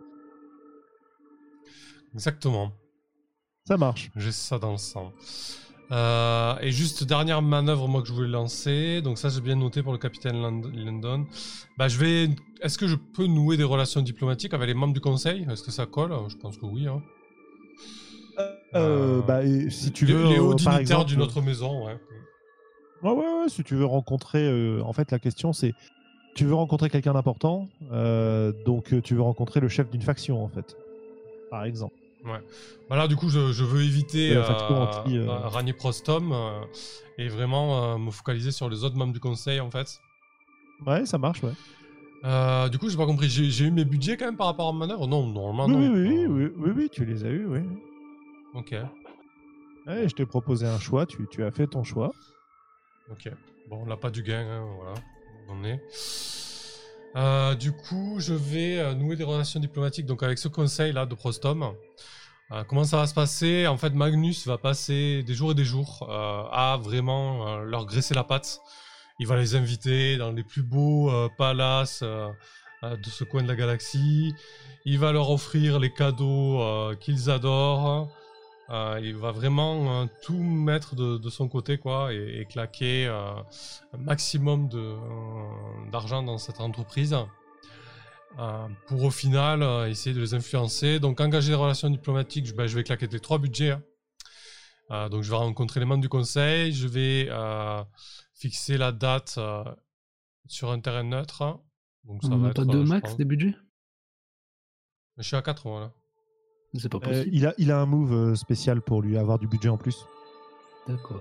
exactement. Ça marche. J'ai ça dans le sang. Euh, et juste dernière manœuvre moi que je voulais lancer, donc ça j'ai bien noté pour le capitaine Land- Lyndon. Bah je vais, est-ce que je peux nouer des relations diplomatiques avec les membres du conseil? Est-ce que ça colle? Je pense que oui. Hein. Euh, Euh, bah, et si tu les, veux, les hauts euh, par dignitaires exemple, d'une autre maison, ouais. ouais, ouais, ouais, si tu veux rencontrer, euh, en fait, la question c'est, tu veux rencontrer quelqu'un d'important, euh, donc euh, tu veux rencontrer le chef d'une faction, en fait, par exemple. Ouais. Bah là, du coup, je, je veux éviter Et la euh, facture anti, euh, euh, Rani Prostom euh, et vraiment euh, me focaliser sur les autres membres du conseil, en fait. Ouais, ça marche, ouais. Euh, du coup, j'ai pas compris. J'ai, j'ai eu mes budgets quand même par rapport à manœuvre? Non, normalement, Oui, non. oui, oui, Euh, oui, oui, oui, tu les as eus, oui. Ok, Ouais, je t'ai proposé un choix, tu, tu as fait ton choix. ok. Bon, on n'a pas du gain, hein, voilà. On en est. Euh, du coup, je vais euh, nouer des relations diplomatiques donc avec ce conseil-là de Prostom. Euh, comment ça va se passer? En fait, Magnus va passer des jours et des jours euh, à vraiment euh, leur graisser la patte. Il va les inviter dans les plus beaux euh, palaces euh, euh, de ce coin de la galaxie. Il va leur offrir les cadeaux euh, qu'ils adorent. Euh, il va vraiment euh, tout mettre de, de son côté, quoi, et, et claquer euh, un maximum de, euh, d'argent dans cette entreprise. Euh, pour au final euh, essayer de les influencer. Donc engager des relations diplomatiques, je, ben, je vais claquer les trois budgets. Hein. Euh, donc je vais rencontrer les membres du conseil, je vais euh, fixer la date euh, sur un terrain neutre. Donc ça On va n'a être, pas deux euh, je max pense- des budgets? Je suis à quatre, moi là. C'est pas Euh, possible. il, a, il a un move euh, spécial pour lui avoir du budget en plus. D'accord.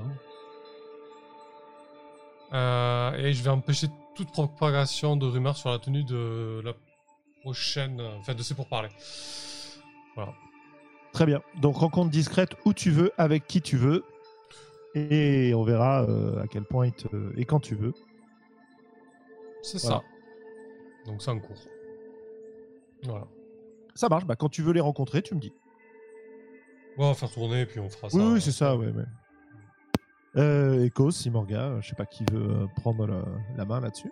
Euh, et je vais empêcher toute propagation de rumeurs sur la tenue de la prochaine, euh, enfin de ces pourparlers. Voilà. Très bien. Donc rencontre discrète où tu veux, avec qui tu veux. Et on verra euh, à quel point il te... et quand tu veux. C'est Voilà. ça. Donc c'est en cours. Voilà. Ça marche. Bah, quand tu veux les rencontrer, tu me dis. Ouais, on va faire tourner et puis on fera ça. Oui, oui, euh, c'est ça. Ouais, ouais. Euh, Ecos, Simorga, je sais pas qui veut euh, prendre la, la main là-dessus.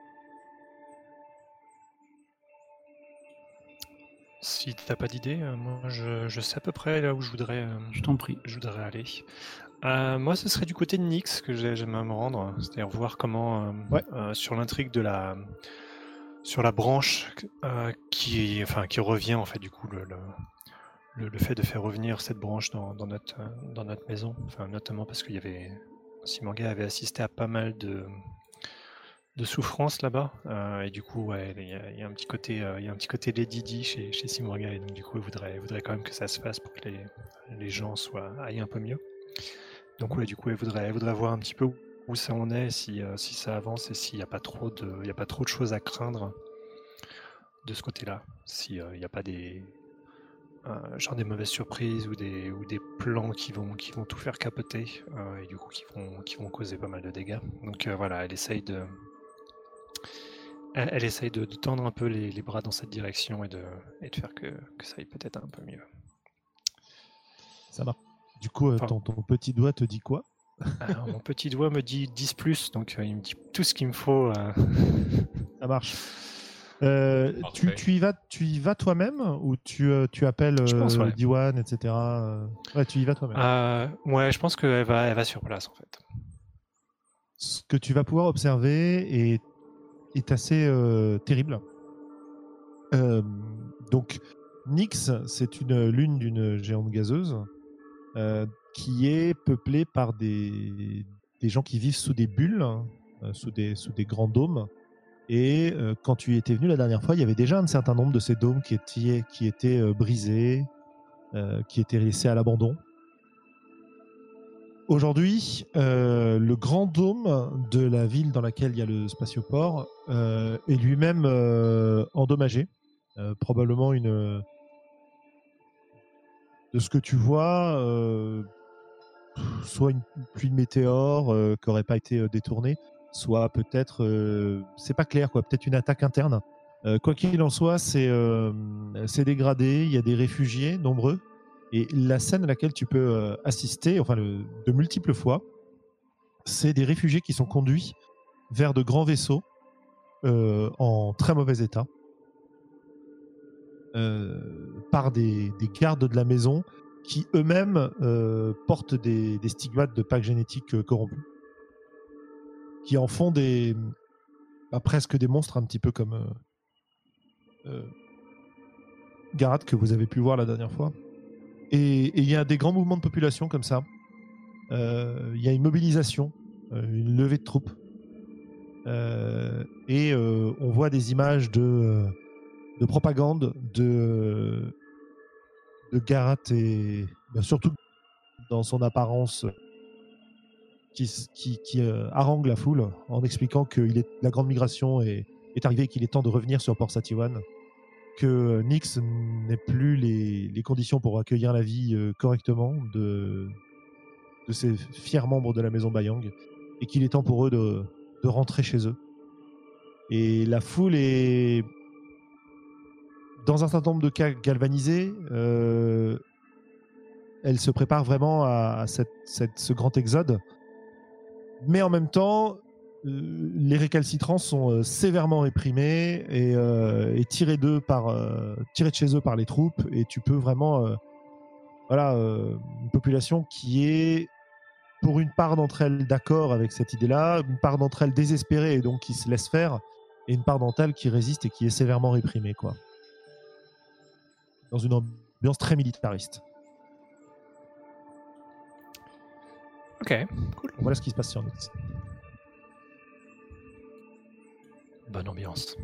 Si t'as pas d'idée, euh, moi je, je sais à peu près là où je voudrais, euh, Je t'en prie. je voudrais aller. Euh, moi, ce serait du côté de Nyx que j'ai- j'aimerais me rendre, c'est-à-dire voir comment, euh, Ouais. euh, sur l'intrigue de la, sur la branche euh, qui, enfin, qui revient en fait du coup le, le, le- le fait de faire revenir cette branche dans, dans notre, euh, dans notre maison, enfin notamment parce qu'il y avait, Simorga avait assisté à pas mal de de souffrance là-bas euh, et du coup ouais, il y, a- il y a un petit côté euh, il y a un petit côté Lady Di chez, chez Simorga et donc du coup il voudrait, il voudrait quand même que ça se fasse pour que les, les gens soient aillent un peu mieux. Donc ouais, du coup elle voudrait, elle voudrait voir un petit peu où ça en est, si, euh, si ça avance et s'il n'y a pas trop de il y a pas trop de choses à craindre de ce côté-là, s'il n'y a pas des euh, genre des mauvaises surprises ou des ou des plans qui vont qui vont tout faire capoter euh, et du coup qui vont qui vont causer pas mal de dégâts. Donc euh, voilà, elle essaye de Elle, elle essaye de, de tendre un peu les, les bras dans cette direction et de, et de faire que, que ça aille peut-être un peu mieux. Ça marche. Du coup, euh, Enfin. ton, ton petit doigt te dit quoi? Alors, mon petit doigt me dit dix plus, donc euh, il me dit tout ce qu'il me faut. euh. Ça marche. Euh, tu, Parfait. tu y vas, tu y vas toi-même ou tu, euh, tu appelles Je pense, euh, ouais. Diwan, et cetera euh, Ouais, tu y vas toi-même. Euh, ouais, je pense qu'elle va, elle va sur place en fait. Ce que tu vas pouvoir observer est, est assez euh, terrible. Euh, donc, Nyx, c'est une lune d'une géante gazeuse euh, qui est peuplée par des, des gens qui vivent sous des bulles, euh, sous, des, sous des grands dômes. Et euh, quand tu y étais venu la dernière fois, il y avait déjà un certain nombre de ces dômes qui étaient, qui étaient euh, brisés, euh, qui étaient laissés à l'abandon. Aujourd'hui, euh, le grand dôme de la ville dans laquelle il y a le spatioport euh, est lui-même euh, endommagé. Euh, probablement une. De ce que tu vois, euh, soit une pluie de météores euh, qui n'aurait pas été euh, détournée, soit peut-être. Euh, c'est pas clair, quoi. Peut-être une attaque interne. Euh, quoi qu'il en soit, c'est euh, c'est dégradé. Il y a des réfugiés nombreux. Et la scène à laquelle tu peux euh, assister, enfin le, de multiples fois, c'est des réfugiés qui sont conduits vers de grands vaisseaux euh, en très mauvais état euh, par des, des gardes de la maison qui eux-mêmes euh, portent des, des stigmates de Pâques génétiques euh, corrompus, qui en font des bah, presque des monstres, un petit peu comme euh, euh, Garat que vous avez pu voir la dernière fois. Et il y a des grands mouvements de population comme ça. Il euh, y a une mobilisation, euh, une levée de troupes. Euh, et euh, on voit des images de, de propagande, de, de Garat et ben, surtout dans son apparence qui, qui, qui euh, harangue la foule en expliquant que il est, la grande migration est, est arrivée et qu'il est temps de revenir sur Port Satiwan, que Nyx n'ait plus les, les conditions pour accueillir la vie euh, correctement de, de ces fiers membres de la maison Bayang et qu'il est temps pour eux de, de rentrer chez eux. Et la foule est, dans un certain nombre de cas, galvanisée. Euh, elle se prépare vraiment à, à cette, cette, ce grand exode. Mais en même temps, euh, les récalcitrants sont euh, sévèrement réprimés et, euh, et tirés, d'eux par, euh, tirés de chez eux par les troupes. Et tu peux vraiment... Euh, voilà, euh, une population qui est, pour une part d'entre elles, d'accord avec cette idée-là, une part d'entre elles désespérée et donc qui se laisse faire, et une part d'entre elles qui résiste et qui est sévèrement réprimée, quoi. Dans une ambiance très militariste. Ok, cool. Voilà ce qui se passe sur Nyx. Bonne ambiance.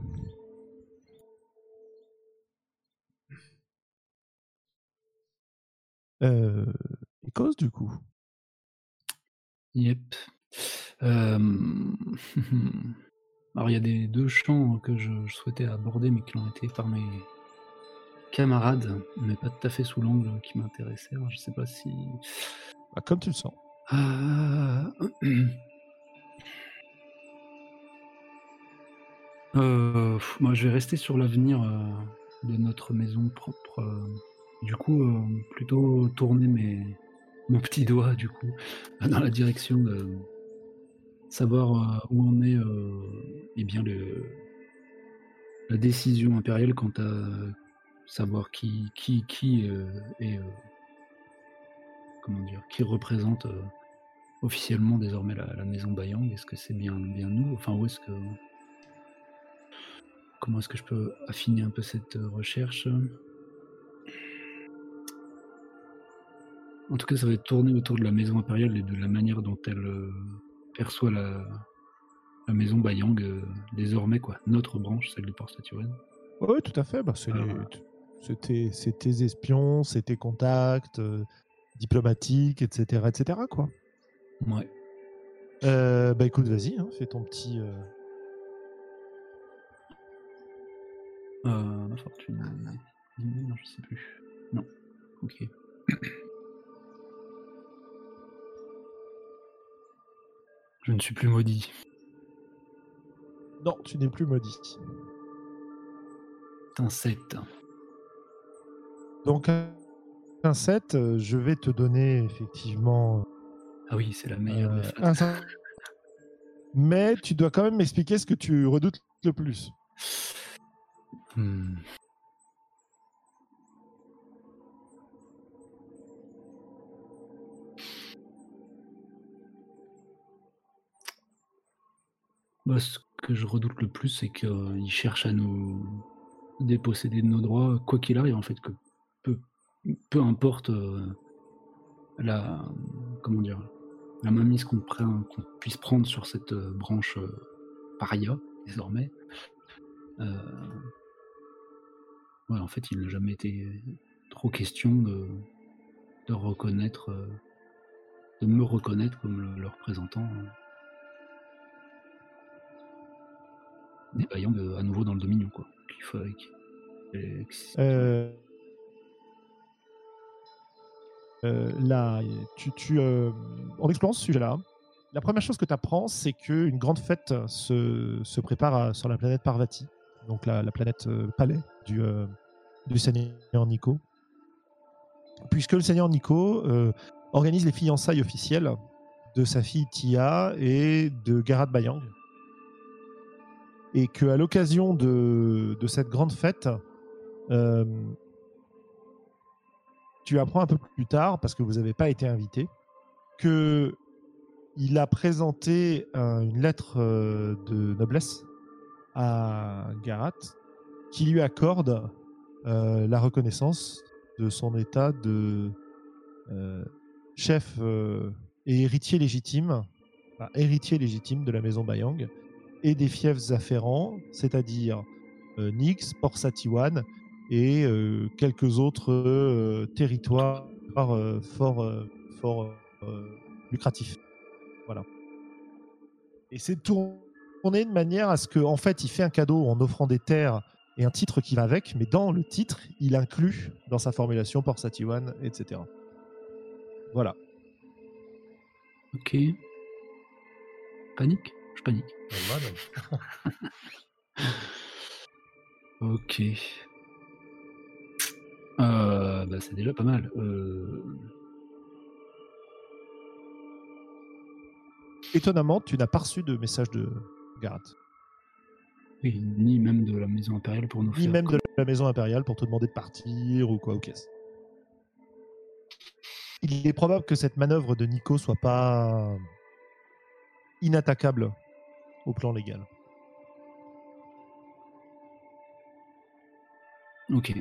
Euh, et cause, du coup. Yep. Euh... Alors, il y a des deux champs que je, je souhaitais aborder, mais qui ont été par mes camarades, mais pas tout à fait sous l'angle qui m'intéressait. Alors, je sais pas si... Bah, comme tu le sens. Euh... euh, moi, je vais rester sur l'avenir euh, de notre maison propre. Euh, du coup, euh, plutôt tourner mes, mon petit doigt, du coup, dans la direction de savoir euh, où en est euh, eh bien, le, la décision impériale quant à savoir qui, qui, qui euh, est... Euh, comment dire, qui représente euh, officiellement désormais la, la maison Bayang. Est-ce que c'est bien, bien nous? Enfin, où est-ce que... Comment est-ce que je peux affiner un peu cette recherche? En tout cas, ça va être tourné autour de la maison impériale et de la manière dont elle euh, perçoit la, la maison Bayang euh, désormais, quoi. Notre branche, celle du Port Satiwan. Oui, tout à fait. Bah, c'est Euh, les... C'était c'est tes espions, c'est tes contacts euh, diplomatiques, et cetera, et cetera, quoi. Ouais. Euh, bah écoute, vas-y, hein, fais ton petit... Euh... Euh, la fortune... Non, je sais plus. Non. Ok. Je ne suis plus maudit. Non, tu n'es plus maudit. C'est un sept. Donc, un sept, euh, je vais te donner effectivement... Ah oui, c'est la meilleure euh, des un fates. sept. Mais tu dois quand même m'expliquer ce que tu redoutes le plus. Hmm. Bah, ce que je redoute le plus, c'est qu'ils cherchent à nous déposséder de nos droits, quoi qu'il arrive, en fait, que peu, peu importe euh, la, comment dire, la mainmise qu'on prend- qu'on puisse prendre sur cette euh, branche euh, paria, désormais. Euh, ouais, en fait, il n'a jamais été trop question de, de reconnaître, euh, de me reconnaître comme le, le représentant euh, des Bayang euh, à nouveau dans le Dominion, quoi. Qu'il faut, qu'il- Euh, euh, là, tu, tu, euh, en explorant ce sujet-là, la première chose que tu apprends, c'est qu'une grande fête se, se prépare à- sur la planète Parvati, donc la, la planète euh, palais du, euh, du Seigneur Nico. Puisque le Seigneur Nico euh, organise les fiançailles officielles de sa fille Tia et de Garat Bayang. Et qu'à l'occasion de, de cette grande fête, euh, tu apprends un peu plus tard, parce que vous n'avez pas été invité, qu'il a présenté un- une lettre euh, de noblesse à Garat qui lui accorde euh, la reconnaissance de son état de euh, chef euh, et héritier légitime, enfin, héritier légitime de la maison Bayang et des fiefs afférents, c'est-à-dire euh, Nyx, Port Satiwan et euh, quelques autres euh, territoires euh, fort, euh, fort euh, lucratifs. Voilà. Et c'est tourné de manière à ce qu'en en fait, il fait un cadeau en offrant des terres et un titre qui va avec, mais dans le titre, il inclut dans sa formulation Port Satiwan, et cetera. Voilà. Ok. Panique? Je panique. Ok. Euh, bah, c'est déjà pas mal. Euh... Étonnamment, tu n'as pas reçu de message de Garat. Oui, ni même de la maison impériale pour nous Ni faire. même de la maison impériale pour te demander de partir ou quoi, ou qu'est-ce. Il est probable que cette manœuvre de Nico soit pas inattaquable au plan légal. Ok.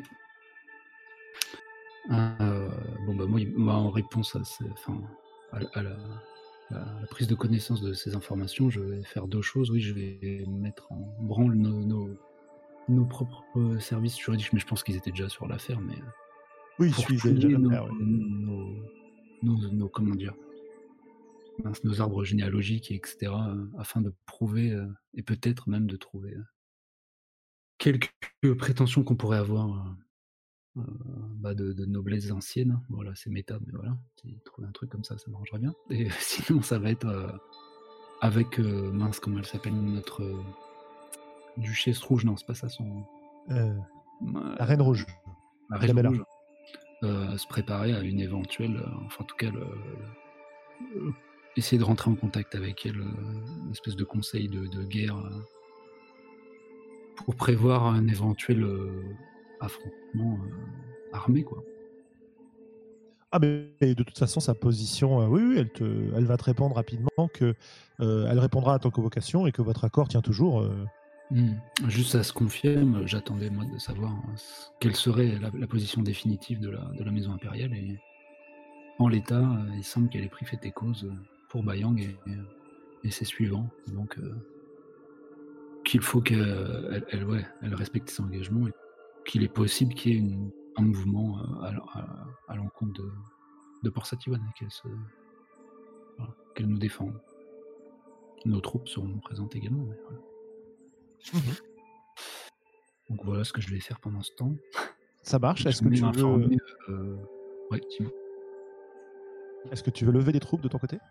Euh, bon bah moi, moi, en réponse à, ces, enfin, à, à la, la, la prise de connaissance de ces informations, je vais faire deux choses. Oui, je vais mettre en branle nos, nos, nos propres services juridiques, mais je pense qu'ils étaient déjà sur l'affaire. Mais oui, ils pour suivent fouiller déjà nos, l'affaire. Oui. Nos, nos, nos, comment dire, nos arbres généalogiques, et cetera, euh, afin de prouver euh, et peut-être même de trouver euh, quelques prétentions qu'on pourrait avoir. Euh, Euh, bah de, de noblesse ancienne, voilà, c'est méta, mais voilà, si trouver un truc comme ça, ça m'arrangerait bien. Et sinon, ça va être euh, avec, euh, mince, comment elle s'appelle, notre euh, duchesse rouge, non, c'est pas ça son. Euh, euh, la reine rouge. La reine Isabella. rouge. Euh, se préparer à une éventuelle, euh, enfin, en tout cas, le, le, essayer de rentrer en contact avec elle, euh, une espèce de conseil de, de guerre, euh, pour prévoir un éventuel euh, affrontement euh, armé, quoi. Ah, mais de toute façon, sa position, euh, oui, oui, elle, te, elle va te répondre rapidement que euh, elle répondra à ta convocation et que votre accord tient toujours. Euh... Mmh. Juste ça se confirme, j'attendais moi de savoir euh, quelle serait la, la position définitive de la, de la maison impériale, et en l'état, euh, il semble qu'elle ait pris fait et cause pour Bayang et, et, et ses suivants, donc euh, qu'il faut qu'elle elle, ouais, elle respecte ses engagements et qu'il est possible qu'il y ait une, un mouvement euh, à, à, à l'encontre de, de Port Satiwan, qu'elle se, voilà, qu'elle nous défende. Nos troupes seront présentes également. Mais voilà. Mmh. Donc voilà ce que je vais faire pendant ce temps. Ça marche. Est-ce que tu veux euh... ouais, dis-moi. Est-ce que tu veux lever des troupes de ton côté?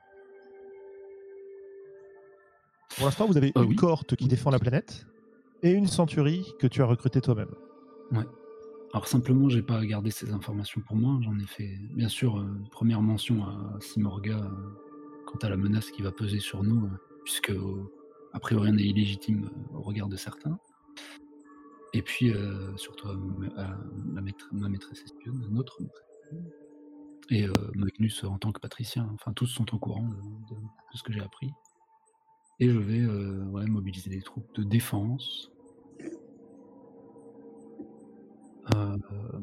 Pour l'instant, vous avez euh, une oui. cohorte qui défend la planète et une centurie que tu as recrutée toi-même. Ouais. Alors simplement, j'ai pas gardé ces informations pour moi. J'en ai fait, bien sûr, euh, première mention à Simorga euh, quant à la menace qui va peser sur nous, euh, puisque euh, a priori on est illégitime euh, au regard de certains. Et puis euh, surtout à, à la maître, ma maîtresse espionne, notre maîtresse espionne. Et euh, Magnus en tant que patricien. Enfin, tous sont au courant de, de, de ce que j'ai appris. Et je vais euh, ouais, mobiliser des troupes de défense. Euh,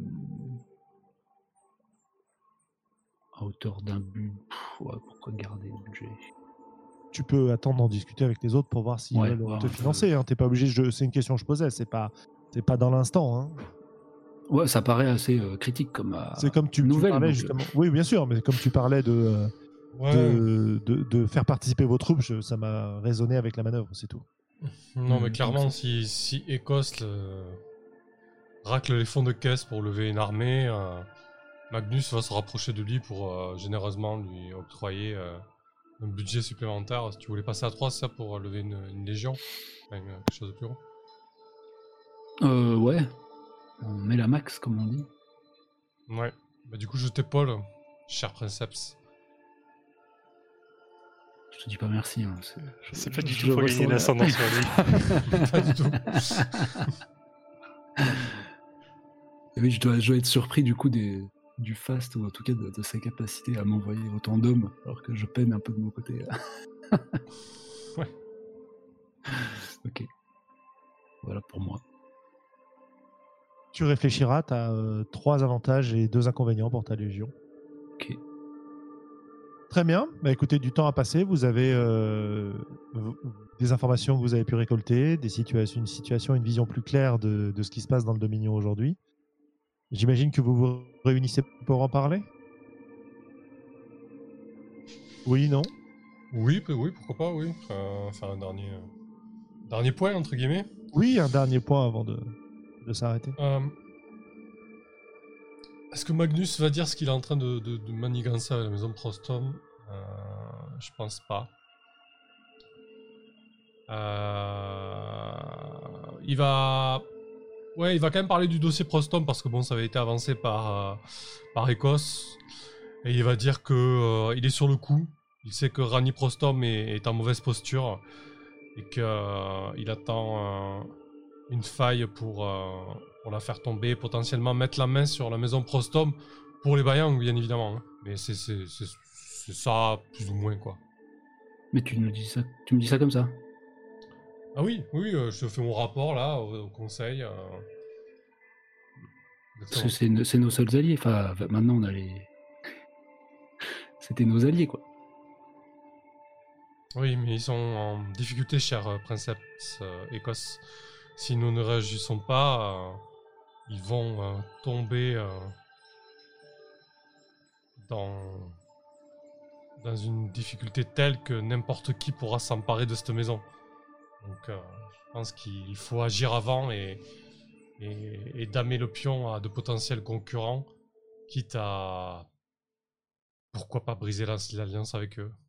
à hauteur d'un but. Pff, ouais, pourquoi garder le budget? Tu peux attendre d'en discuter avec les autres pour voir s'ils ouais, veulent ouais, te financer. Hein. T'es pas obligé. Je... C'est une question que je posais. C'est pas, c'est pas dans l'instant. Hein. Ouais, ça paraît assez euh, critique comme euh, c'est comme tu, nouvelle. tu parlais donc, justement. Euh... Oui, bien sûr, mais comme tu parlais de, euh, ouais. de, de, de faire participer vos troupes, je, ça m'a résonné avec la manœuvre, c'est tout. Non, mais clairement, si, si Écosse le... racle les fonds de caisse pour lever une armée, euh, Magnus va se rapprocher de lui pour euh, généreusement lui octroyer euh, un budget supplémentaire. Si tu voulais passer à trois, c'est ça, pour lever une, une légion, enfin, quelque chose de plus gros. Euh, ouais. On met la max, comme on dit. Ouais. Bah, du coup, je t'épaule, cher princeps. Je te dis pas merci. Hein. C'est, je, c'est pas je, du tout pour gagner l'ascendant sur lui. Pas du tout. Et oui, je dois, je dois être surpris du coup des, du fast, ou en tout cas de, de sa capacité à m'envoyer autant d'hommes, alors que je peine un peu de mon côté. Ouais. Ok. Voilà pour moi. Tu réfléchiras, tu as euh, trois avantages et deux inconvénients pour ta légion. Ok. Très bien. Bah, écoutez, du temps à passer. Vous avez euh, des informations que vous avez pu récolter, des situations, une situation, une vision plus claire de, de ce qui se passe dans le Dominion aujourd'hui. J'imagine que vous vous réunissez pour en parler? Oui, non? Oui, pe- oui, pourquoi pas, oui. Euh, faire un dernier, euh, dernier point, entre guillemets. Oui, un dernier point avant de, de s'arrêter. Euh, Est-ce que Magnus va dire ce qu'il est en train de, de, de manigancer à la maison Prostom? euh, Je pense pas. Euh, il va... Ouais, il va quand même parler du dossier Prostom parce que bon, ça avait été avancé par, euh, par Écosse. Et il va dire que euh, il est sur le coup. Il sait que Rani Prostom est, est en mauvaise posture. Et qu'il euh, attend euh, une faille pour, euh, pour la faire tomber. Potentiellement mettre la main sur la maison Prostom pour les Bayang, bien évidemment. Hein. Mais c'est, c'est, c'est, c'est ça, plus ou moins, quoi. Mais tu nous dis ça, tu me dis ça comme ça. Ah oui, oui, euh, je te fais mon rapport, là, au, au conseil. Euh... Parce que c'est, c'est nos seuls alliés. Enfin, maintenant, on a les... C'était nos alliés, quoi. Oui, mais ils sont en difficulté, cher euh, Princeps euh, Écosse. Si nous ne réagissons pas, euh, ils vont euh, tomber euh, dans, dans une difficulté telle que n'importe qui pourra s'emparer de cette maison. Donc, euh, je pense qu'il faut agir avant et, et, et damer le pion à de potentiels concurrents, quitte à, pourquoi pas, briser l'alliance avec eux.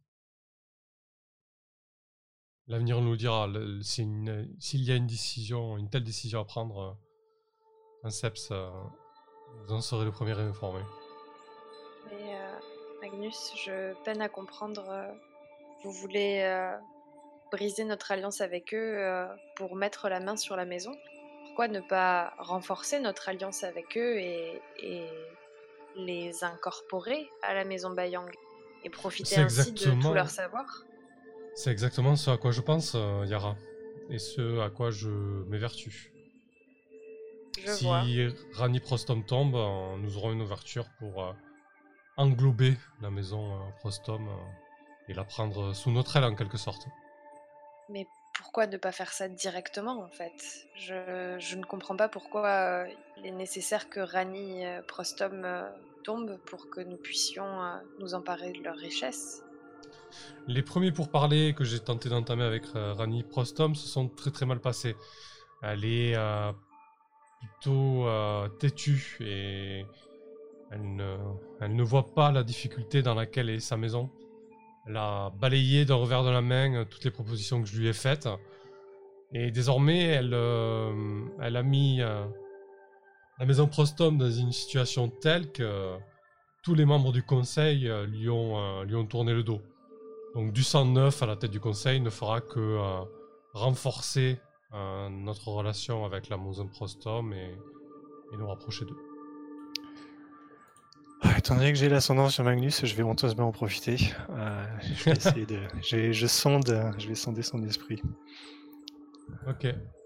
L'avenir nous le dira. Le, une, s'il y a une décision, une telle décision à prendre, euh, Princeps, euh, vous en serez le premier à informer. Mais euh, Magnus, je peine à comprendre. Euh, vous voulez euh, briser notre alliance avec eux euh, pour mettre la main sur la maison? Pourquoi ne pas renforcer notre alliance avec eux et, et les incorporer à la maison Bayang et profiter C'est ainsi de exactement- tout leur savoir? C'est exactement ce à quoi je pense, euh, Yara, et ce à quoi je m'évertue. Je Si vois. Rani Prostom tombe, euh, nous aurons une ouverture pour euh, englober la maison euh, Prostom euh, et la prendre sous notre aile en quelque sorte. Mais pourquoi ne pas faire ça directement en fait? je, je ne comprends pas pourquoi euh, il est nécessaire que Rani euh, Prostom euh, tombe pour que nous puissions euh, nous emparer de leurs richesses. Les premiers pourparlers que j'ai tenté d'entamer avec euh, Rani Prostom se sont très très mal passés. Elle est euh, plutôt euh, têtue et elle ne, elle ne voit pas la difficulté dans laquelle est sa maison. Elle a balayé d'un revers de la main euh, toutes les propositions que je lui ai faites. Et désormais, elle, euh, elle a mis euh, la maison Prostom dans une situation telle que tous les membres du conseil euh, lui, ont, euh, lui ont tourné le dos. Donc du sang neuf à la tête du conseil ne fera que euh, renforcer euh, notre relation avec la maison Prostom et, et nous rapprocher d'eux. Ah, étant donné que j'ai l'ascendant sur Magnus, je vais honteusement en profiter. Euh, je vais essayer de. Je, je sonde, je vais sonder son esprit. Ok.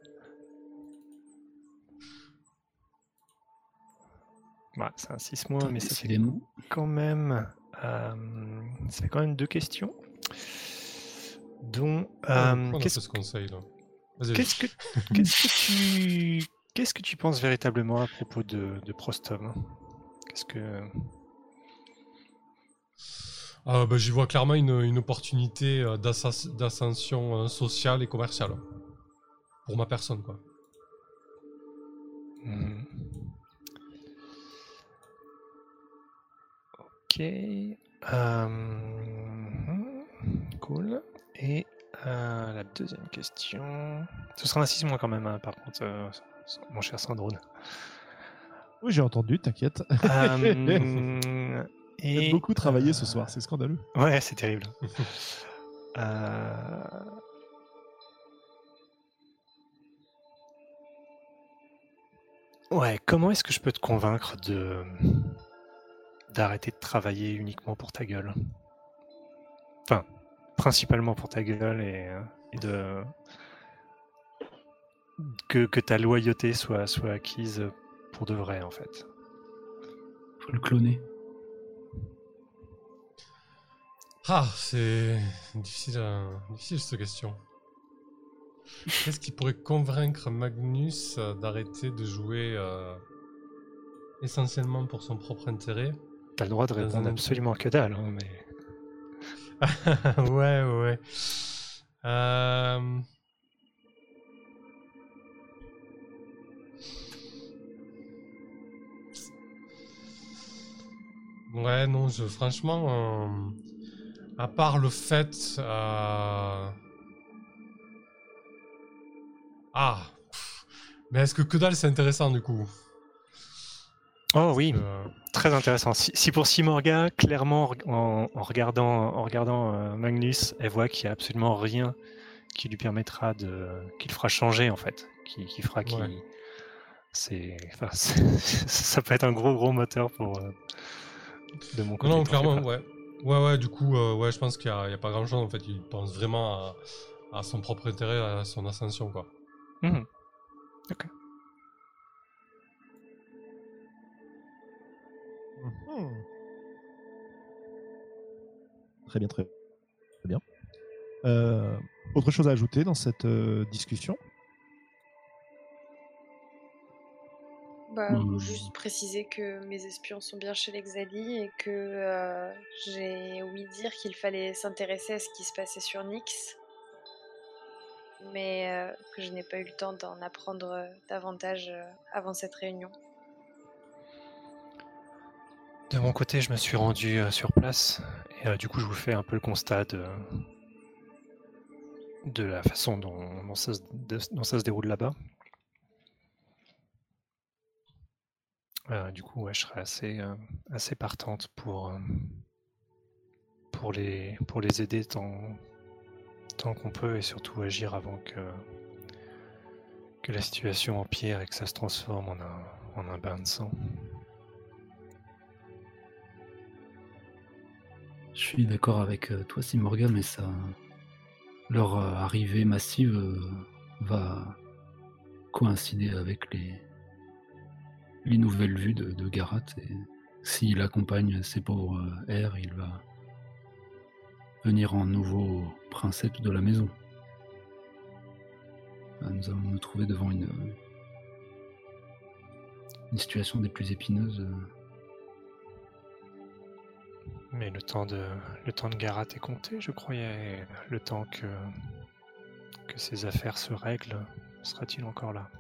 Ouais, c'est un six mois, mais ça fait Décidément. quand même. Euh, ça fait quand même deux questions. Dont. Ah, euh, pourquoi on a qu'est-ce fait ce conseil là Vas-y. qu'est-ce que, qu'est-ce que tu. Qu'est-ce que tu penses véritablement à propos de, de Prostom? Qu'est-ce que. Ah, bah, j'y vois clairement une, une opportunité euh, d'assas- d'ascension euh, sociale et commerciale. Pour ma personne, quoi. Mhm. Ok. Euh, Cool. Et euh, la deuxième question. Ce sera un six mois quand même, hein, par contre, euh, mon cher Sandrone. Oui, j'ai entendu, t'inquiète. Euh, Vous avez et, beaucoup travaillé euh, ce soir, c'est scandaleux. Ouais, c'est terrible. euh... Ouais, comment est-ce que je peux te convaincre de d'arrêter de travailler uniquement pour ta gueule? Enfin, principalement pour ta gueule et, et de que, que ta loyauté soit, soit acquise pour de vrai, en fait. Faut le cloner. Ah, c'est difficile, à... difficile cette question. Qu'est-ce qui pourrait convaincre Magnus euh, d'arrêter de jouer euh, essentiellement pour son propre intérêt. T'as le droit de Dans répondre un- absolument que dalle, hein, mais... ouais, ouais. Euh... Ouais, non, je, franchement, euh, à part le fait... euh, Ah pff, mais est-ce que que dalle c'est intéressant du coup? Oh oui, Euh, très intéressant. Si, si pour Simorga, clairement, en, en regardant, en regardant euh, Magnus, elle voit qu'il n'y a absolument rien qui lui permettra de... qui le fera changer, en fait. Qui, qui fera qu'il... Ouais. C'est... Enfin, c'est- ça peut être un gros, gros moteur pour... euh, de mon Non, côté. non, t'en fais clairement, pas. ouais. Ouais, ouais, du coup, euh, ouais, je pense qu'il n'y a, il y a pas grand-chose en fait. Il pense vraiment à, à son propre intérêt, à son ascension, quoi. Mhm. Mhm. Très bien, très bien. Euh, autre chose à ajouter dans cette euh, discussion? Bah, Hmm. juste préciser que mes espions sont bien chez l'Exali et que euh, j'ai ouï dire qu'il fallait s'intéresser à ce qui se passait sur Nyx, mais euh, que je n'ai pas eu le temps d'en apprendre euh, davantage euh, avant cette réunion. De mon côté, je me suis rendu euh, sur place et euh, du coup, je vous fais un peu le constat de, de la façon dont, dont ça, se, de- dont ça se déroule là-bas. Euh, du coup, ouais, je serais assez, euh, assez partante pour, euh, pour, les, pour les aider tant, tant qu'on peut et surtout agir avant que, que la situation empire et que ça se transforme en un, en un bain de sang. Je suis d'accord avec euh, toi, Simorga, mais ça, leur euh, arrivée massive euh, va coïncider avec les, les nouvelles vues de, de Garat. Et s'il accompagne ces pauvres euh, airs, il va venir en nouveau princeps de la maison. Euh, Nous allons nous trouver devant une, une situation des plus épineuses. euh, Mais le temps de, le temps de Garat est compté, je croyais. Le temps que, que ces affaires se règlent, sera-t-il encore là?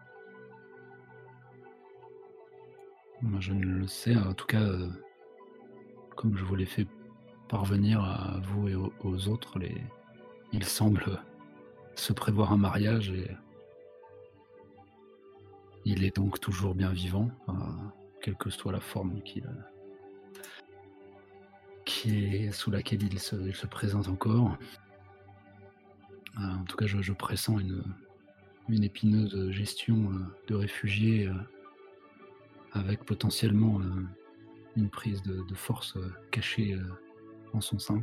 Moi, je ne le sais. En tout cas, euh, comme je vous l'ai fait parvenir à vous et aux, aux autres, les... il semble se prévoir un mariage et il est donc toujours bien vivant, euh, quelle que soit la forme qu'il, qui est sous laquelle il se, il se présente encore. Euh, en tout cas, je, je pressens une, une épineuse gestion euh, de réfugiés euh, avec potentiellement euh, une prise de, de force euh, cachée euh, en son sein.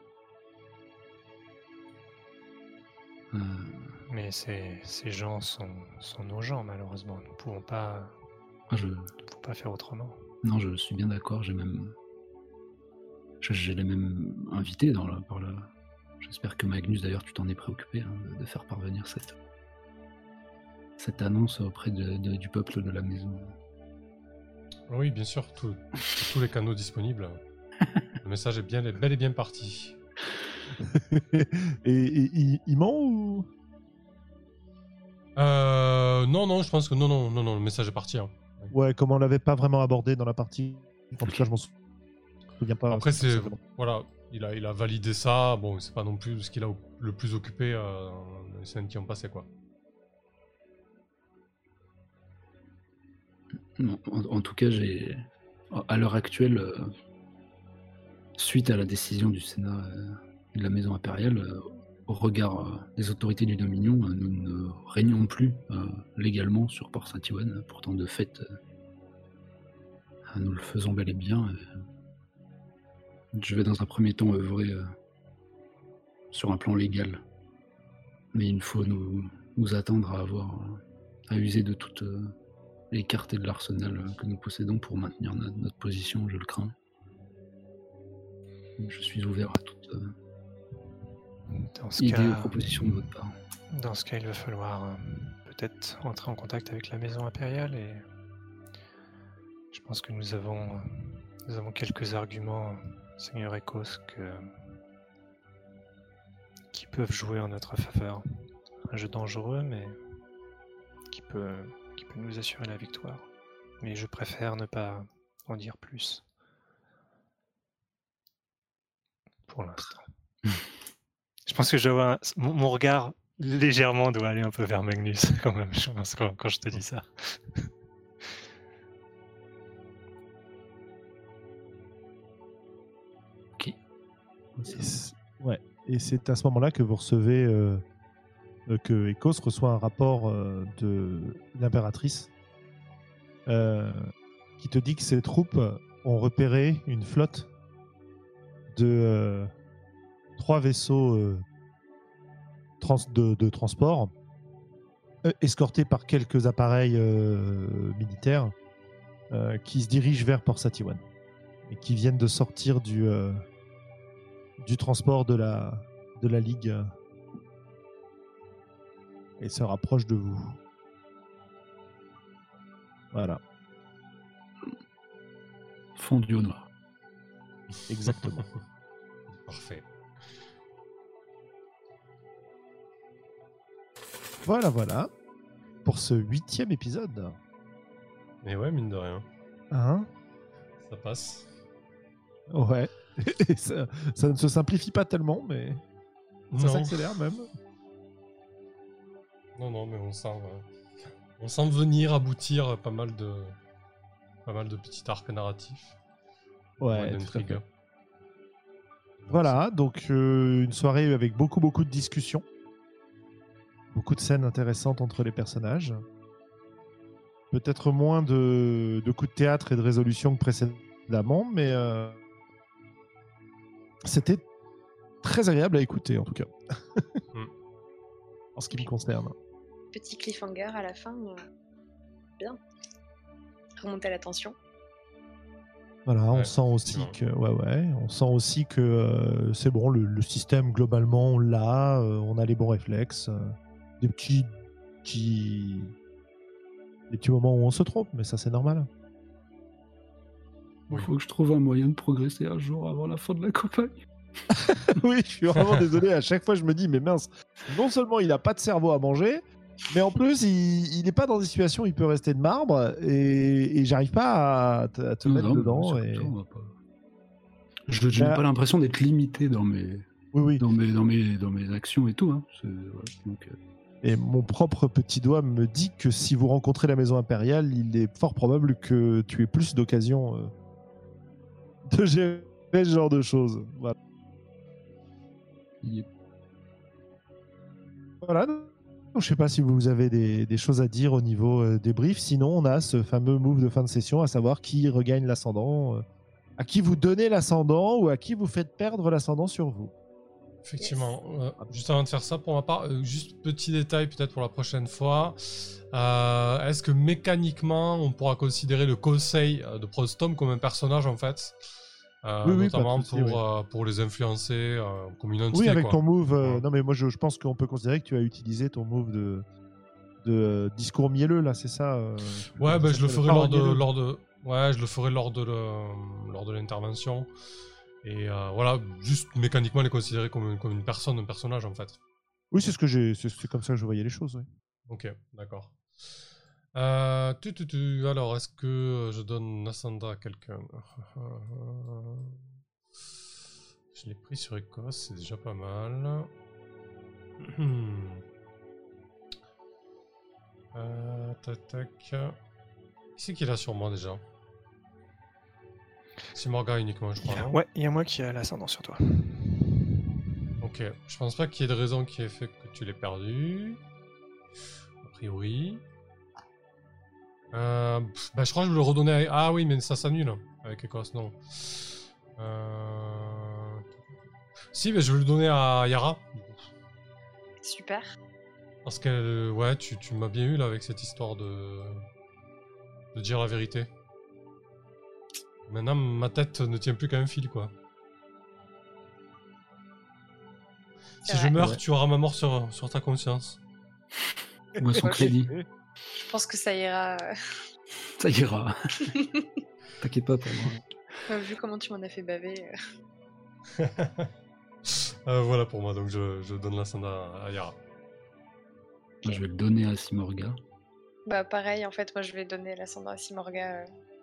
Euh, Mais ces, ces gens sont, sont nos gens, malheureusement. Nous ne pouvons pas, moi, je, nous ne pouvons pas faire autrement. non, je suis bien d'accord. J'ai même, je, je l'ai même invité dans la, par la. J'espère que Magnus, d'ailleurs, tu t'en es préoccupé hein, de, de faire parvenir cette, cette annonce auprès de, de- du peuple de la maison. Oui, bien sûr, tout- tous les canaux disponibles. Le message est bien, bel et bien parti. et et il, il ment ou... Euh, non, non, je pense que non, non, non, non, le message est parti. hein. Ouais, comme on l'avait pas vraiment abordé dans la partie. En tout cas, je m'en souviens pas. Après, c'est simplement. voilà, il a, il a validé ça. Bon, c'est pas non plus ce qu'il a le plus occupé euh, dans les semaines qui ont passé, quoi. Non, en, en tout cas, j'ai, à l'heure actuelle, euh, suite à la décision du Sénat euh, et de la Maison impériale, euh, au regard euh, des autorités du Dominion, euh, nous ne régnons plus euh, légalement sur Port Saint-Iwan. Pourtant, de fait, euh, nous le faisons bel et bien. euh. Je vais dans un premier temps œuvrer euh, sur un plan légal. Mais il faut nous, nous attendre à avoir euh, à user de toutes euh, les cartes et de l'arsenal euh, que nous possédons pour maintenir notre, notre position, je le crains. Je suis ouvert à toute euh, Dans ce idée cas, ou proposition de votre part. dans ce cas, il va falloir euh, peut-être entrer en contact avec la maison impériale et pense que nous avons, euh, nous avons quelques arguments, Seigneur Écos, que... qui peuvent jouer en notre faveur. Un jeu dangereux, mais qui peut, qui peut nous assurer la victoire. Mais je préfère ne pas en dire plus. Pour l'instant. Je pense que je vois un- mon, mon regard légèrement doit aller un peu vers Magnus quand même, je pense, quand, quand je te dis ça. Ok. Et c'est- ouais. Et c'est à ce moment-là que vous recevez, euh, euh, que Ecos reçoit un rapport euh, de l'impératrice euh, qui te dit que ses troupes ont repéré une flotte de euh, trois vaisseaux euh, trans- de, de transport euh, escortés par quelques appareils euh, militaires euh, qui se dirigent vers Port Satiwan et qui viennent de sortir du, euh, du transport de la, de la Ligue euh, et se rapprochent de vous. Voilà, Fondu au noir. exactement. Parfait. Voilà, voilà. Pour ce huitième épisode. Mais ouais, mine de rien, Hein? ça passe. Ouais. Et ça, ça ne se simplifie pas tellement, mais ça Non. s'accélère même. Non, non, mais on sent, euh, on sent venir aboutir pas mal de, pas mal de petits arcs narratifs. Ouais, et tout à d'intrigues. fait. Donc, Voilà, donc euh, une soirée avec beaucoup, beaucoup de discussions. Beaucoup de scènes intéressantes entre les personnages. Peut-être moins de, de coups de théâtre et de résolution que précédemment, mais euh, c'était très agréable à écouter en tout cas. Mm. En ce qui me concerne. Petit cliffhanger à la fin. euh, Bien. Remonter à la tension. Voilà, on Ouais, sent aussi que, effectivement. ouais, ouais, on sent aussi que euh, c'est bon, le, le système globalement on l'a, euh, on a les bons réflexes, euh, des petits, petits, des petits moments où on se trompe, mais ça c'est normal. Il Oui. faut que je trouve un moyen de progresser un jour avant la fin de la campagne. Oui, je suis vraiment désolé. À chaque fois, je me dis, mais mince, non seulement il a pas de cerveau à manger, mais en plus, il n'est pas dans des situations où il peut rester de marbre et, et j'arrive pas à te, à te Non, mettre non, mais dedans. c'est Et... comme ça, on va pas- Je, je n'ai Là- pas l'impression d'être limité dans mes, Oui, oui. dans mes, dans mes, dans mes actions et tout. Hein. C'est- voilà, donc, euh, Et mon propre petit doigt me dit que si vous rencontrez la maison impériale, il est fort probable que tu aies plus d'occasions euh, de gérer ce genre de choses. Voilà. il- Voilà. Donc, je sais pas si vous avez des, des choses à dire au niveau euh, des briefs. Sinon, on a ce fameux move de fin de session, à savoir qui regagne l'ascendant, euh, à qui vous donnez l'ascendant ou à qui vous faites perdre l'ascendant sur vous. Effectivement. Euh, juste avant de faire ça, pour ma part, euh, juste petit détail peut-être pour la prochaine fois. Euh, Est-ce que mécaniquement, on pourra considérer le conseil euh, de Prostom comme un personnage en fait Euh, Oui, oui, pas de notamment souci, pour, oui. euh, pour les influencer euh, comme une entité. Oui, avec quoi. ton move. euh, Ouais. Non, mais moi, je, je pense qu'on peut considérer que tu as utilisé ton move de, de euh, discours mielleux, là, c'est ça euh, Ouais, comment bah, ça je le s'appelle, ferai parole lors de, mielleux. lors de, ouais, je le ferai lors de le- lors de l'intervention. Et euh, voilà, juste mécaniquement les considérer comme, une- comme une personne, un personnage en fait. Oui, c'est ce que j'ai. C'est c'est comme ça que je voyais les choses. Oui. Ok, d'accord. Euh, tu, tu, tu, alors, est-ce que je donne Nasanda à quelqu'un? Je l'ai pris sur Écosse, c'est déjà pas mal. euh, tac, tac. Qui c'est qui est là sur moi déjà? C'est Morga uniquement, je Il y crois. a- non ouais, il y a moi qui ai l'ascendant sur toi. Ok, je pense pas qu'il y ait de raison qui ait fait que tu l'aies perdu. A priori. Euh, pff, bah, je crois que je vais le redonner à... Ah oui, mais ça s'annule avec Écosse, non. Euh... Si, mais je vais le donner à Yara. Super. Parce que, ouais, tu, tu m'as bien eu là avec cette histoire de... de dire la vérité. Maintenant, ma tête ne tient plus qu'à un fil, quoi. C'est Si je vrai. meurs, Ouais. tu auras ma mort sur, sur ta conscience. Ou à son Ok. crédit. Je pense que ça ira. euh, Ça ira. T'inquiète pas pour moi. Euh, vu comment tu m'en as fait baver. euh, Euh, voilà pour moi, donc je, je donne l'ascendant à à Yara. Moi, je vais le donner à Simorga. Bah pareil, en fait, moi je vais donner l'ascendant à Simorga. euh.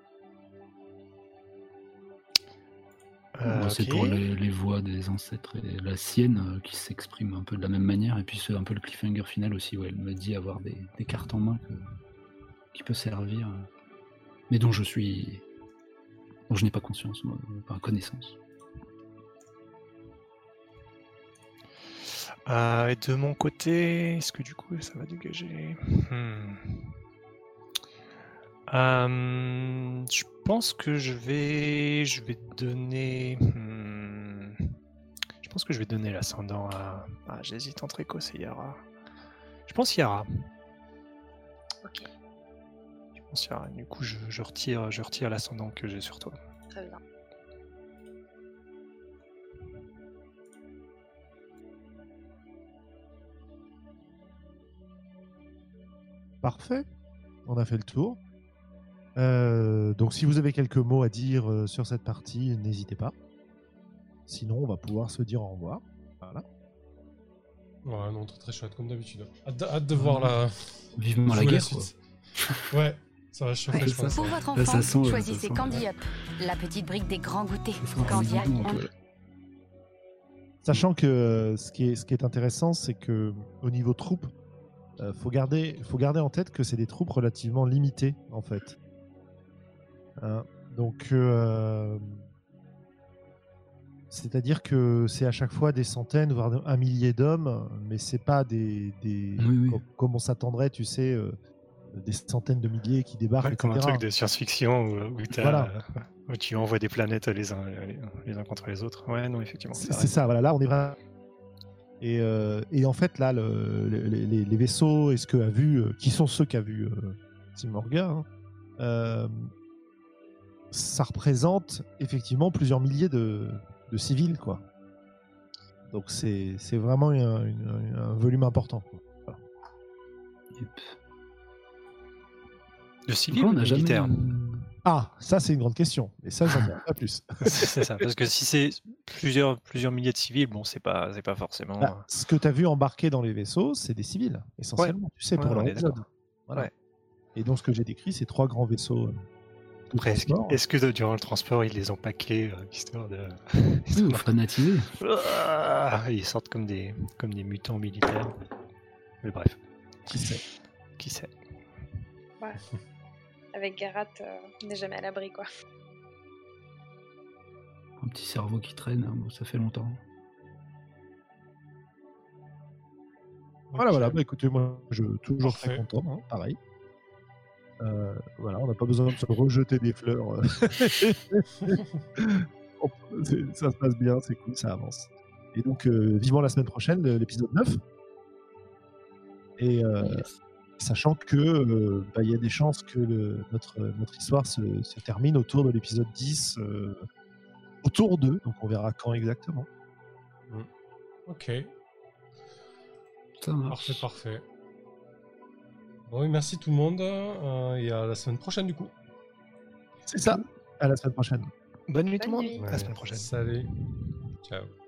Euh, Moi, c'est ok. pour les, les voix des ancêtres et la sienne euh, qui s'exprime un peu de la même manière. Et puis c'est un peu le cliffhanger final aussi où elle me dit avoir des, des cartes en main que- qui peut servir, euh, mais dont je suis, dont je n'ai pas conscience, moi, pas connaissance. Euh, et de mon côté, est-ce que du coup ça va dégager? Hmm. Euh, je pense que je vais, je vais donner. hmm, Je pense que je vais donner l'ascendant à. Ah, j'hésite entre Écosse et Yara. Je pense Yara. Ok, Je pense Yara. Du coup, je, je retire, je retire l'ascendant que j'ai sur toi. très bien. Parfait. On a fait le tour. Euh, donc, si vous avez quelques mots à dire euh, sur cette partie, n'hésitez pas. Sinon, on va pouvoir se dire au revoir. Voilà. Ouais, non, très très chouette, comme d'habitude. Hâte, de- hâte de voir la. Vivement la jouer guerre, suite. Ouais, ça va chauffer, Ouais, je pense. ça. Pour votre Là, ça enfant, sent, ouais, choisissez ça sent, Candy ouais. Up, la petite brique des grands goûters. Ça sera Candy Up, évident, on- ouais. Sachant que euh, ce qui est, ce qui est intéressant, c'est que au niveau troupes, euh, faut garder, faut garder en tête que c'est des troupes relativement limitées en fait. Hein, donc, euh, c'est-à-dire que c'est à chaque fois des centaines, voire un millier d'hommes, mais c'est pas des, des Oui, oui. com- comme on s'attendrait, tu sais, euh, des centaines de milliers qui débarquent, Ouais, comme un et cetera. truc de science-fiction où, où, t'as- Voilà. où tu envoies des planètes les uns, les, les uns contre les autres. Ouais, non, effectivement. C'est t'as c'est raison. ça, voilà, là on est vraiment. Et, euh, et en fait, là, le- le- les, les- les vaisseaux, et ce que a vu, euh, qui sont ceux qu'a vu euh, Simorga, hein, euh, ça représente effectivement plusieurs milliers de, de civils, quoi. Donc c'est c'est vraiment un, une- un volume important, quoi. Voilà. Yep. De civil Pourquoi ou on n'a de jamais. militaire euh, Ah, ça c'est une grande question, mais ça j'en sais pas plus. C'est ça, parce que si c'est plusieurs, plusieurs milliers de civils, bon, c'est pas, c'est pas forcément. Bah, ce que tu as vu embarquer dans les vaisseaux, c'est des civils, essentiellement, tu sais, Ouais, pour on leur est exode. d'accord. Voilà. Ouais. Et donc ce que j'ai décrit, c'est trois grands vaisseaux. euh, de Après, est-ce, transport. est-ce que durant le transport, ils les ont paqués, euh, histoire de. Oui, ou fanatisé. Ah, ils sortent comme des, comme des mutants militaires. Mais bref, Qui sait. qui sait. Ouais. Avec Garat, euh, on n'est jamais à l'abri, quoi. Un petit cerveau qui traîne, hein, bon, ça fait longtemps. Voilà, Ok. voilà. Bah, écoutez, moi, je toujours très Parfait. content, hein, pareil. Euh, voilà, on n'a pas besoin de se rejeter des fleurs. euh. On- c'est- ça se passe bien, c'est cool, ça avance. Et donc, euh, vivement la semaine prochaine, le- l'épisode neuf. Et euh, Yes. sachant que euh, bah, il y a des chances que le- notre, notre histoire se, se termine autour de l'épisode dix, euh, autour d'eux. Donc, on verra quand exactement. Ok, Ça marche. parfait, parfait. Bon, oui, merci tout le monde, euh, et à la semaine prochaine du coup. C'est ça. À la semaine prochaine. Bonne nuit tout le Bonne monde. nuit. À la semaine prochaine. Salut. Ciao.